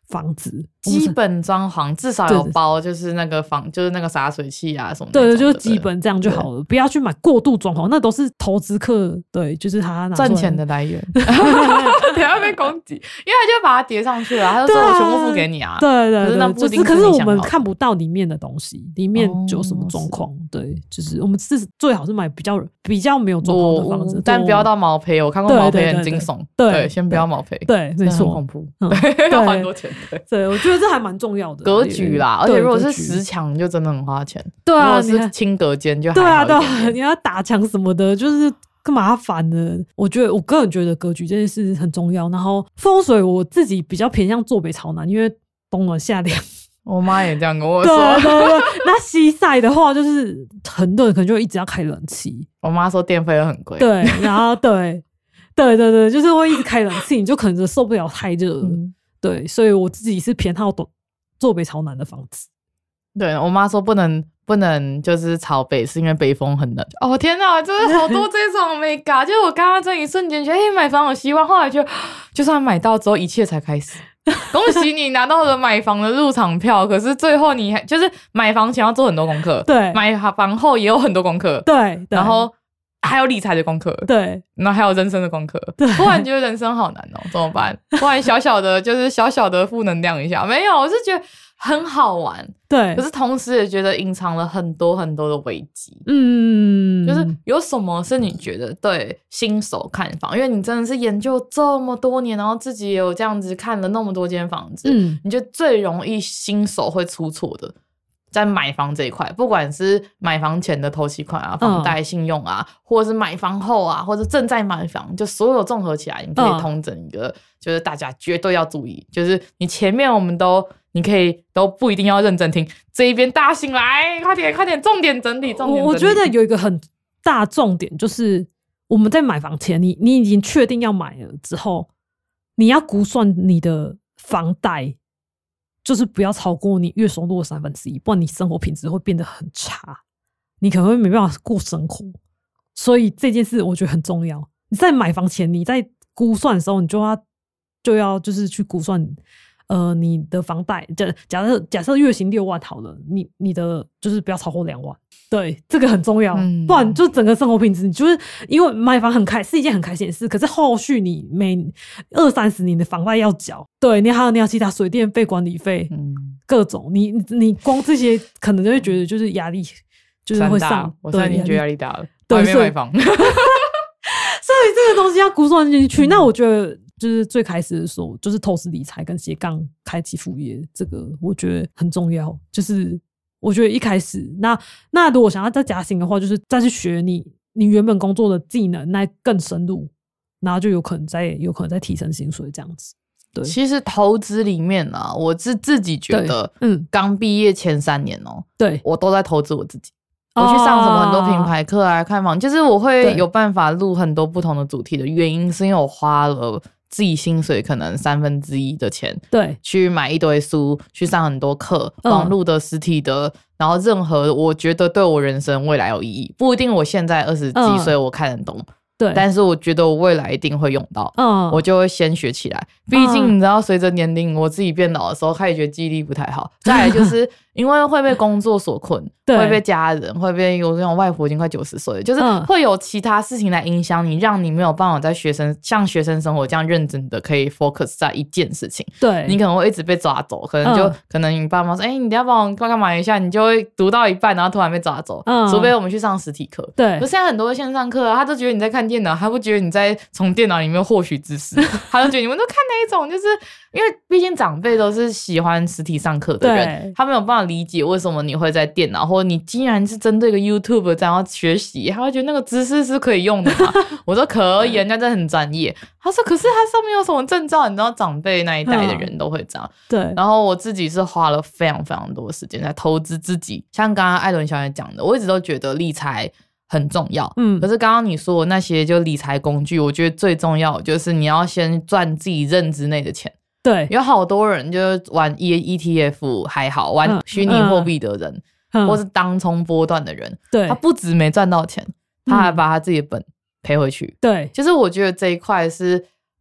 房子， 基本装潢至少有包，就是那个房，就是那个洒水器啊什么的。 对，就是基本这样就好了，不要去买过度装潢，那都是投资客，对，就是他赚钱的来源。等下被攻击，因为他就把它叠上去了，他就说我全部付给你啊。 对对对， 可是那不一定就是，可是我们你看不到里面的东西，里面有什么状况。哦、对，就是我们是最好是买比较比较没有状况的房子， 但不要到毛坯。我看过毛坯很惊悚， 对， 对， 对， 对，先不要毛坯， 对，没错， 很恐怖， 嗯、 对，要花很多钱。对， 对，我觉得这还蛮重要的格局啦，而且如果是实墙就真的很花钱。 对啊， 如果是轻隔间就还好对啊，对啊， 你要打墙什么的，就是更麻烦的。我觉得我个人觉得格局这件事很重要。然后风水我自己比较偏向坐北朝南，因为冬暖夏凉。 我妈也这样跟我说。 对对对，那西晒的话就是很热，可能就一直要开冷气。 我妈说电费很贵。 对，然后对对对对，就是会一直开冷气，你就可能就受不了太热。嗯，对，所以我自己是偏好坐北朝南的房子。 对，我妈说不能不能就是朝北，是因为北风很冷。哦天哪，真的好多这种美嘎！就是我刚刚这一瞬间觉得，哎、欸，买房有希望，后来就就算买到之后，一切才开始。恭喜你拿到了买房的入场票，可是最后你还就是买房前要做很多功课， 对， 买房后也有很多功课， 对， 然后还有理财的功课， 对， 然后还有人生的功课， 对， 忽然觉得人生好难哦，怎么办？忽然小小的就是小小的负能量一下，没有，我是觉得很好玩， 对， 可是同时也觉得隐藏了很多很多的危机。 嗯， 就是有什么是你觉得对新手看房，因为你真的是研究这么多年，然后自己也有这样子看了那么多间房子，嗯，你觉得最容易新手会出错的在买房这一块，不管是买房前的头期款啊、房贷、信用啊、嗯，或者是买房后啊，或者正在买房，就所有综合起来，你可以统整一个，嗯，就是大家绝对要注意，就是你前面我们都你可以都不一定要认真听，这一边大家醒来，快点快点，重点整理，重点整理。 我觉得有一个很大重点就是我们在买房前，你你已经确定要买了之后，你要估算你的房贷。就是不要超过你月收入的三分之一，不然你生活品质会变得很差，你可能会没办法过生活。所以这件事我觉得很重要。你在买房前，你在估算的时候，你就要就要就是去估算，呃，你的房贷，假假设假设月薪六万好了，你你的就是不要超过两万。对，这个很重要，嗯，不然就整个生活品质，你就是因为买房很开是一件很开心的事，可是后续你每二三十年的房贷要缴，对，你还有你要其他水电费、管理费，嗯，各种，你你光这些可能就会觉得就是压力就是会上， 我现在已经觉得压力大了， 对， 还没买房，所以这个东西要估算进去，嗯。那我觉得就是最开始的时候，就是投资理财跟斜杠开启副业，这个我觉得很重要，就是。我觉得一开始，那那如果想要再加薪的话，就是再去学你你原本工作的技能，那更深入，然后就有可能再有可能再提升薪水这样子。对， 其实投资里面啊，我是自己觉得，嗯，刚毕业前三年哦， 对我都在投资我自己。我去上什么很多品牌课啊，看房，就是我会有办法录很多不同的主题的原因，是因为我花了。自己薪水可能三分之一的钱， 对， 去买一堆书，去上很多课，网络的、实体的，嗯，然后任何我觉得对我人生未来有意义，不一定我现在二十几岁我看得懂，嗯，对，但是我觉得我未来一定会用到，嗯，我就会先学起来。毕竟你知道，随着年龄，我自己变老的时候，开始觉得记忆力不太好。再来就是因为会被工作所困，会被家人，会被有那种外婆已经快九十岁了，就是会有其他事情来影响你，让你没有办法在学生像学生生活这样认真的可以 focus 在一件事情。 对，你可能会一直被抓走，可能就、嗯、可能你爸妈说，哎、欸，你等一下帮我干嘛一下，你就会读到一半，然后突然被抓走。嗯，除非我们去上实体课。 对， 可现在很多线上课啊，他都觉得你在看电脑，他不觉得你在从电脑里面获取知识，他就觉得你们都看哪一种，就是因为毕竟长辈都是喜欢实体上课的人，他没有办法理解为什么你会在电脑，或者你竟然是针对一个 YouTube 这样学习，他会觉得那个知识是可以用的嘛？我说可以，人家真的很专业。他说可是他上面有什么证照？你知道长辈那一代的人都会这样。 对。 然后我自己是花了非常非常多时间在投资自己，像刚刚艾伦小姐讲的，我一直都觉得理财很重要。嗯。可是刚刚你说的那些就理财工具，我觉得最重要就是你要先赚自己认知内的钱。 对。有好多人就是玩 E T F 还好，玩虚拟货币的人。嗯嗯，或是当冲波段的人， 对， 他不止没赚到钱，他还把他自己的本赔回去。 对， 就是我觉得这一块是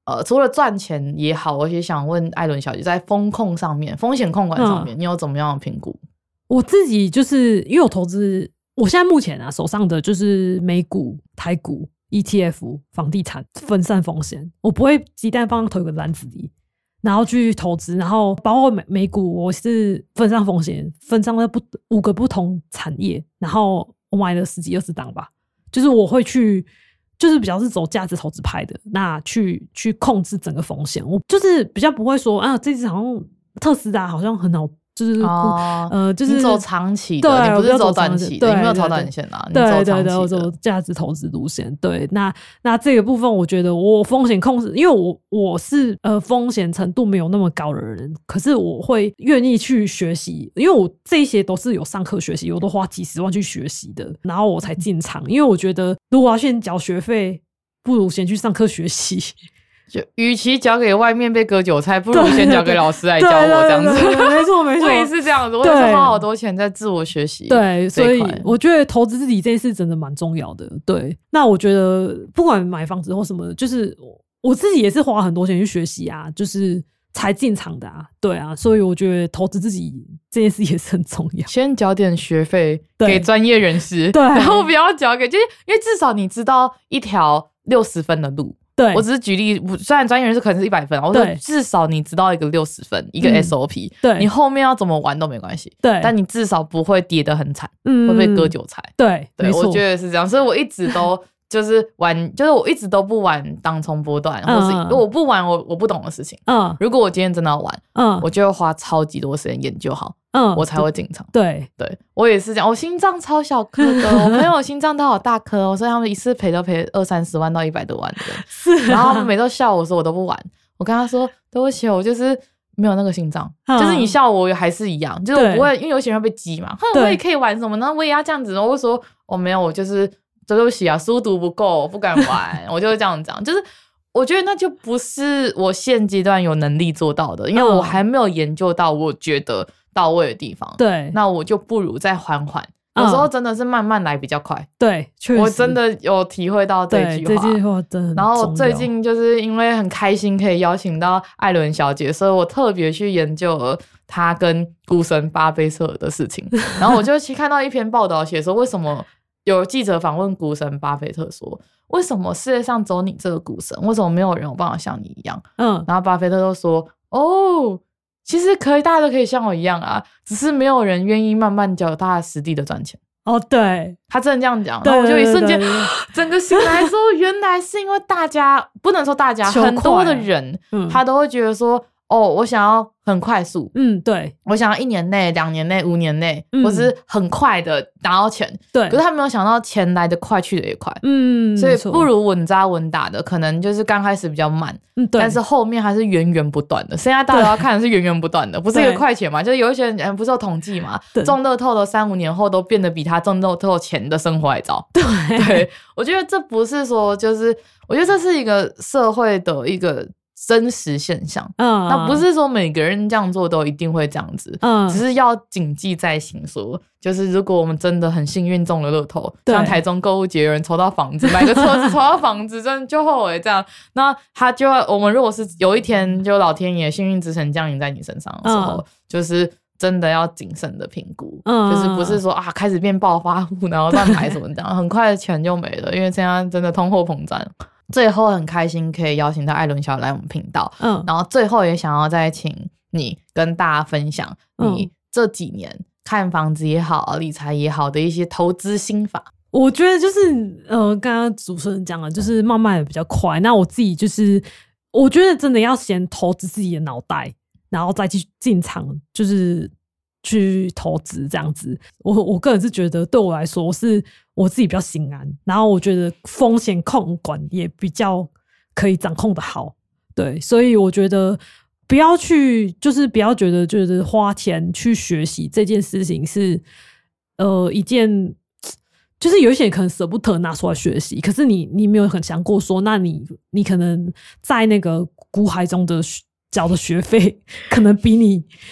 呃，除了赚钱也好，我也想问艾伦小姐，在风控上面、风险控管上面，嗯、你有怎么样的评估？ 我自己就是因为我投资，我现在目前啊手上的就是美股、台股、E T F、房地产，分散风险，我不会鸡蛋放在同一个篮子里。然后去投资，然后包括美美股，我是分散风险，分散了不五个不同产业，然后我买了十几二十档吧，就是我会去，就是比较是走价值投资派的，那去去控制整个风险，我就是比较不会说啊，这次好像特斯拉好像很好。就是、哦、呃，就是你走长期的，你不是走短期的，你没有炒短线啊， 对你走长期的。 对对，我走价值投资路线。对，那那这个部分，我觉得我风险控制，因为我我是呃风险程度没有那么高的人，可是我会愿意去学习，因为我这些都是有上课学习，我都花几十万去学习的，然后我才进场。因为我觉得，如果要先缴学费，不如先去上课学习。 就与其交给外面被割韭菜，不如先交给老师来教我这样子。 对对对对没错没错， 我也是这样子，我也是花好多钱在自我学习。 对，所以我觉得投资自己这件事真的蛮重要的。对，那我觉得不管买房子或什么，就是我自己也是花很多钱去学习啊，就是才进场的啊。对啊，所以我觉得投资自己这件事也是很重要。 先缴点学费给专业人士， 对， 然后不要缴给，就是因为至少你知道一条六十分的路。 对， 我只是举例，虽然专业人士可能是一百分，我说至少你知道一个六十分，一个 S O P，、嗯、 对， 你后面要怎么玩都没关系， 对， 但你至少不会跌得很惨， 嗯， 会被割韭菜， 对， 对，我觉得是这样，所以我一直都就是玩，就是我一直都不玩当冲波段，嗯、或是如果我不玩我我不懂的事情，嗯，如果我今天真的要玩，嗯，我就会花超级多时间研究好。嗯，我才会进场。 对对，我也是这样。我心脏超小颗的，我朋友心脏都好大颗哦，所以他们一次赔都赔二三十万到一百多万的。 是、啊， 然后他们每次都笑我说我都不玩。我跟他说对不起，我就是没有那个心脏。嗯、就是你笑我还是一样，就是我不会，因为有些人会被激嘛。哼，我也可以玩什么呢？我也要这样子。我会说我、哦、没有，我就是对不起啊，书读不够，不敢玩。我就会这样讲，就是。我觉得那就不是我现阶段有能力做到的，因为我还没有研究到我觉得到位的地方。 对， 那我就不如再缓缓。有时候真的是慢慢来比较快。 对，确实， 我真的有体会到这句话。 这句话真的很重要。 然后最近就是因为很开心可以邀请到艾伦小姐，所以我特别去研究了她跟股神巴菲特的事情。然后我就去看到一篇报道，写说为什么有记者访问股神巴菲特说。为什么世界上只有你这个股神？为什么没有人有办法像你一样？嗯，然后巴菲特都说：“哦，其实可以，大家都可以像我一样啊，只是没有人愿意慢慢脚踏实地的赚钱。” 哦，对， 他真的这样讲，然后我就一瞬间整个醒来说，原来是因为大家不能说大家很多的人，嗯、他都会觉得说。哦，我想要很快速， 嗯，对， 我想要一年内、两年内、五年内，嗯、或是很快的拿到钱， 对。 可是他没有想到钱来得快，去得也快， 嗯， 所以不如稳扎稳打的，可能就是刚开始比较慢， 嗯，对。 但是后面还是源源不断的。现在大家要看的是源源不断的，不是一个快钱嘛？就是有一些人不是有统计嘛，中乐透的三五年后都变得比他中乐透前的生活还糟。 对， 对，我觉得这不是说，就是我觉得这是一个社会的一个。真实现象，嗯，那不是说每个人这样做都一定会这样子，嗯，只是要谨记在心说，说就是如果我们真的很幸运中了乐透，像台中购物节有人抽到房子，买个车子抽到房子，真的就后悔这样，那他就要我们如果是有一天就老天爷幸运之神降临在你身上的时候，嗯、就是真的要谨慎的评估，嗯，就是不是说啊开始变暴发户，然后乱买什么这样，很快的钱就没了，因为现在真的通货膨胀。最后很开心可以邀请到艾伦小来我们频道，嗯，然后最后也想要再请你跟大家分享你这几年看房子也好、理财也好的一些投资心法。 我觉得就是呃，刚刚主持人讲了，就是慢慢的比较快。那我自己就是，我觉得真的要先投资自己的脑袋，然后再去进场，就是去投资这样子。我我个人是觉得，对我来说是。我自己比较心安，然后我觉得风险控管也比较可以掌控的好，对，所以我觉得不要去，就是不要觉得就是花钱去学习这件事情是呃一件，就是有一些人可能舍不得拿出来学习，可是你你没有很想过说，那你你可能在那个股海中的缴的学费，可能比你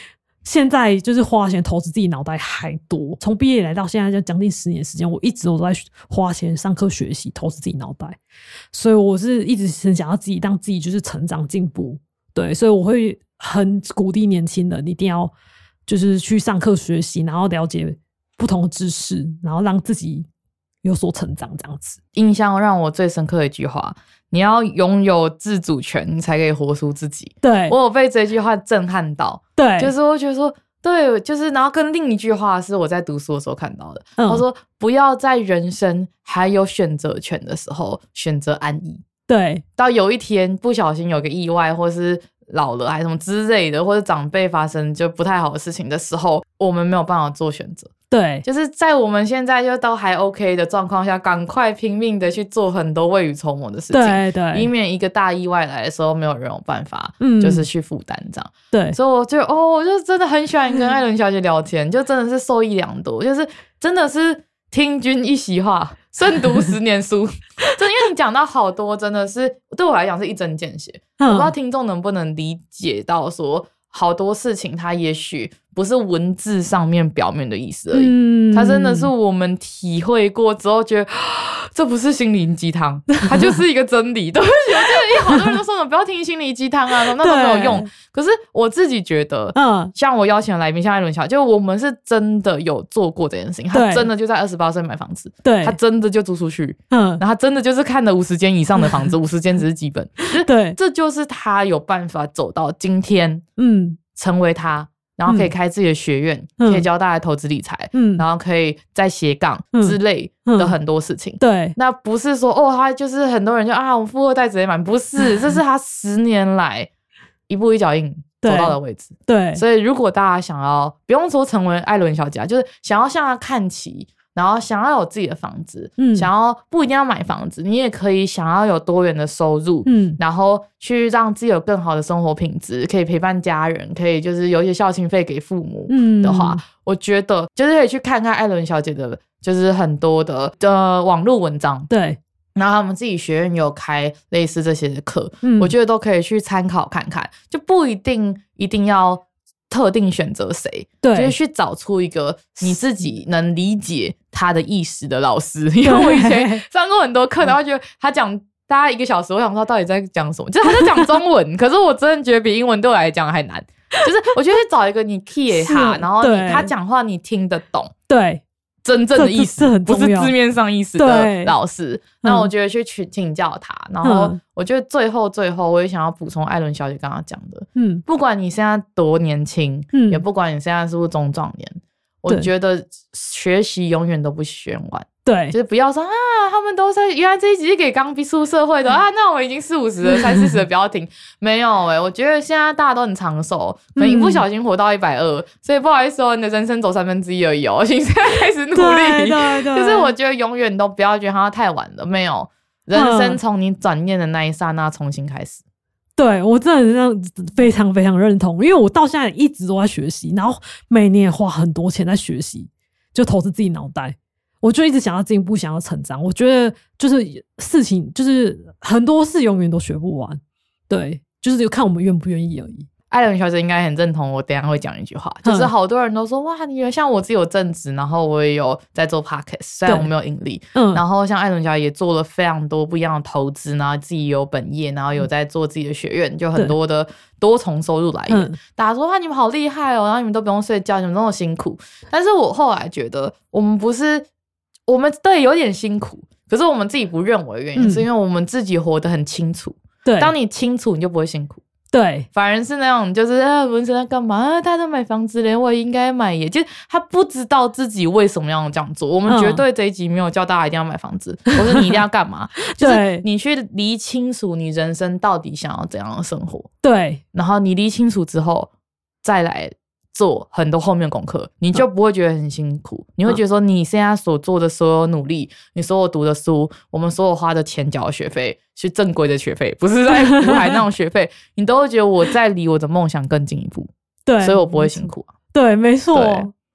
现在就是花钱投资自己脑袋还多。从毕业来到现在就将近十年时间，我一直都在花钱上课学习，投资自己脑袋。所以我是一直很想要自己让自己就是成长进步。对，所以我会很鼓励年轻人一定要就是去上课学习，然后了解不同的知识，然后让自己有所成长这样子。 印象让我最深刻的一句话，你要拥有自主权你才可以活出自己。 对， 我有被这句话震撼到。 对， 就是我觉得说对，就是然后跟另一句话是我在读书的时候看到的，他、嗯、说不要在人生还有选择权的时候选择安逸。 对， 到有一天不小心有个意外，或是老了还是什么之类的，或者长辈发生就不太好的事情的时候，我们没有办法做选择。 对， 就是在我们现在就都还 OK 的状况下，赶快拼命的去做很多未雨绸缪的事情， 对对， 以免一个大意外来的时候没有人有办法， 嗯， 就是去负担这样。 对， 所以我就哦，我就真的很喜欢跟艾伦小姐聊天，就真的是受益良多，就是真的是听君一席话，胜读十年书。真的，因为你讲到好多，真的是对我来讲是一针见血。嗯、我不知道听众能不能理解到说，好多事情它也许不是文字上面表面的意思而已，嗯、它真的是我们体会过之后觉得这不是心灵鸡汤，它就是一个真理。对不起，我觉得好多人都说呢，不要听心灵鸡汤啊，那都没有用。可是我自己觉得，嗯，像我邀请的来宾，像艾伦小姐，就我们是真的有做过这件事情。他真的就在二十八岁买房子，对，他真的就租出去，嗯，然后他真的就是看了五十间以上的房子，五十间只是基本，对，这就是他有办法走到今天，嗯，成为他。然后可以开自己的学院，嗯、可以教大家投资理财，嗯，然后可以在斜杠之类的很多事情。嗯嗯、对，那不是说哦，他就是很多人就啊，我富二代直接买，不是，这是他十年来一步一脚印走到的位置。对，所以如果大家想要，不用说成为艾伦小姐，就是想要向他看齐。然后想要有自己的房子，嗯，想要不一定要买房子，你也可以想要有多元的收入，嗯，然后去让自己有更好的生活品质，可以陪伴家人，可以就是有一些孝亲费给父母的话，嗯、我觉得就是可以去看看艾伦小姐的，就是很多的的网络文章，对。然后他们自己学院有开类似这些的课，嗯，我觉得都可以去参考看看，就不一定一定要特定选择谁，对，就是去找出一个你自己能理解他的意思的老师。因为我以前上过很多课，然后觉得他讲大概一个小时，我想说他到底在讲什么，就是他在讲中文，可是我真的觉得比英文对我来讲还难。就是我觉得找一个你 key 他，然后你他讲话你听得懂，对。真正的意思，不是字面上意思的老师。那我觉得去请请教他，然后我觉得最后最后，我也想要补充艾伦小姐刚刚讲的，嗯，不管你现在多年轻，嗯，也不管你现在是不是中壮年，我觉得学习永远都不嫌晚。对，就是不要说啊，他们都在原来这一集是给刚出社会的啊，那我已经四五十了，三四十了，不要听。没有哎、欸，我觉得现在大家都很长寿，可能一不小心活到一百二，所以不好意思哦，你的人生走三分之一而已哦，请现在开始努力。对对对，就是我觉得永远都不要觉得它太晚了，没有，人生从你转念的那一刹那重新开始。 对，我真的是这样非常非常认同，因为我到现在一直都在学习，然后每年也花很多钱在学习，就投资自己脑袋。我就一直想要进步，想要成长。我觉得就是事情，就是很多事永远都学不完，对，就是看我们愿不愿意而已。 艾伦小姐应该很认同我等一下会讲一句话，就是好多人都说哇，你像我自己有正职，然后我也有在做 podcast， 虽然我没有盈利，嗯，然后像艾伦小姐也做了非常多不一样的投资，然后自己有本业，然后有在做自己的学院，就很多的多重收入来源。嗯、大家说哇，你们好厉害哦，然后你们都不用睡觉，你们那么辛苦。但是我后来觉得，我们不是。我们对有点辛苦，可是我们自己不认为的原因、嗯、是因为我们自己活得很清楚。对，当你清楚，你就不会辛苦。对，反而是那种就是啊，文生在干嘛啊？他在买房子连我也应该买耶，就是他不知道自己为什么要这样做。我们绝对这一集没有叫大家一定要买房子，或是你一定要干嘛，就是你去理清楚你人生到底想要怎样的生活。对，然后你理清楚之后，再来。做很多后面功课，你就不会觉得很辛苦、嗯、你会觉得说你现在所做的所有努力，你所有读的书，我们所有花的钱缴的学费，是正规的学费，不是在福海那种学费你都会觉得我在离我的梦想更进一步。对，所以我不会辛苦啊。 对，没错。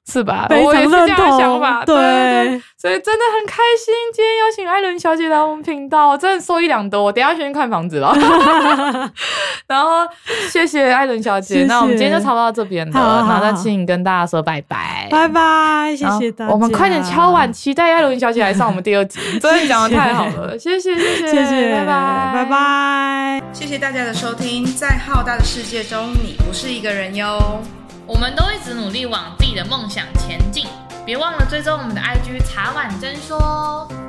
是吧？ 非常认同， 我也是这样的想法，对对对，所以真的很开心，今天邀请艾伦小姐来我们频道，真的受益良多。我等一下先去看房子了，然后谢谢艾伦小姐， 谢谢， 那我们今天就差不多到这边了， 好好好， 那再请你跟大家说拜拜， 拜拜，谢谢大家， 我们快点敲碗，期待艾伦小姐来上我们第二集，真的讲得太好了，谢谢谢谢谢谢， 拜拜拜拜， 谢谢大家的收听，在浩大的世界中，你不是一个人哟。 我们都一直努力往自己的梦想前进，别忘了追踪我们的 I G 茶碗真说。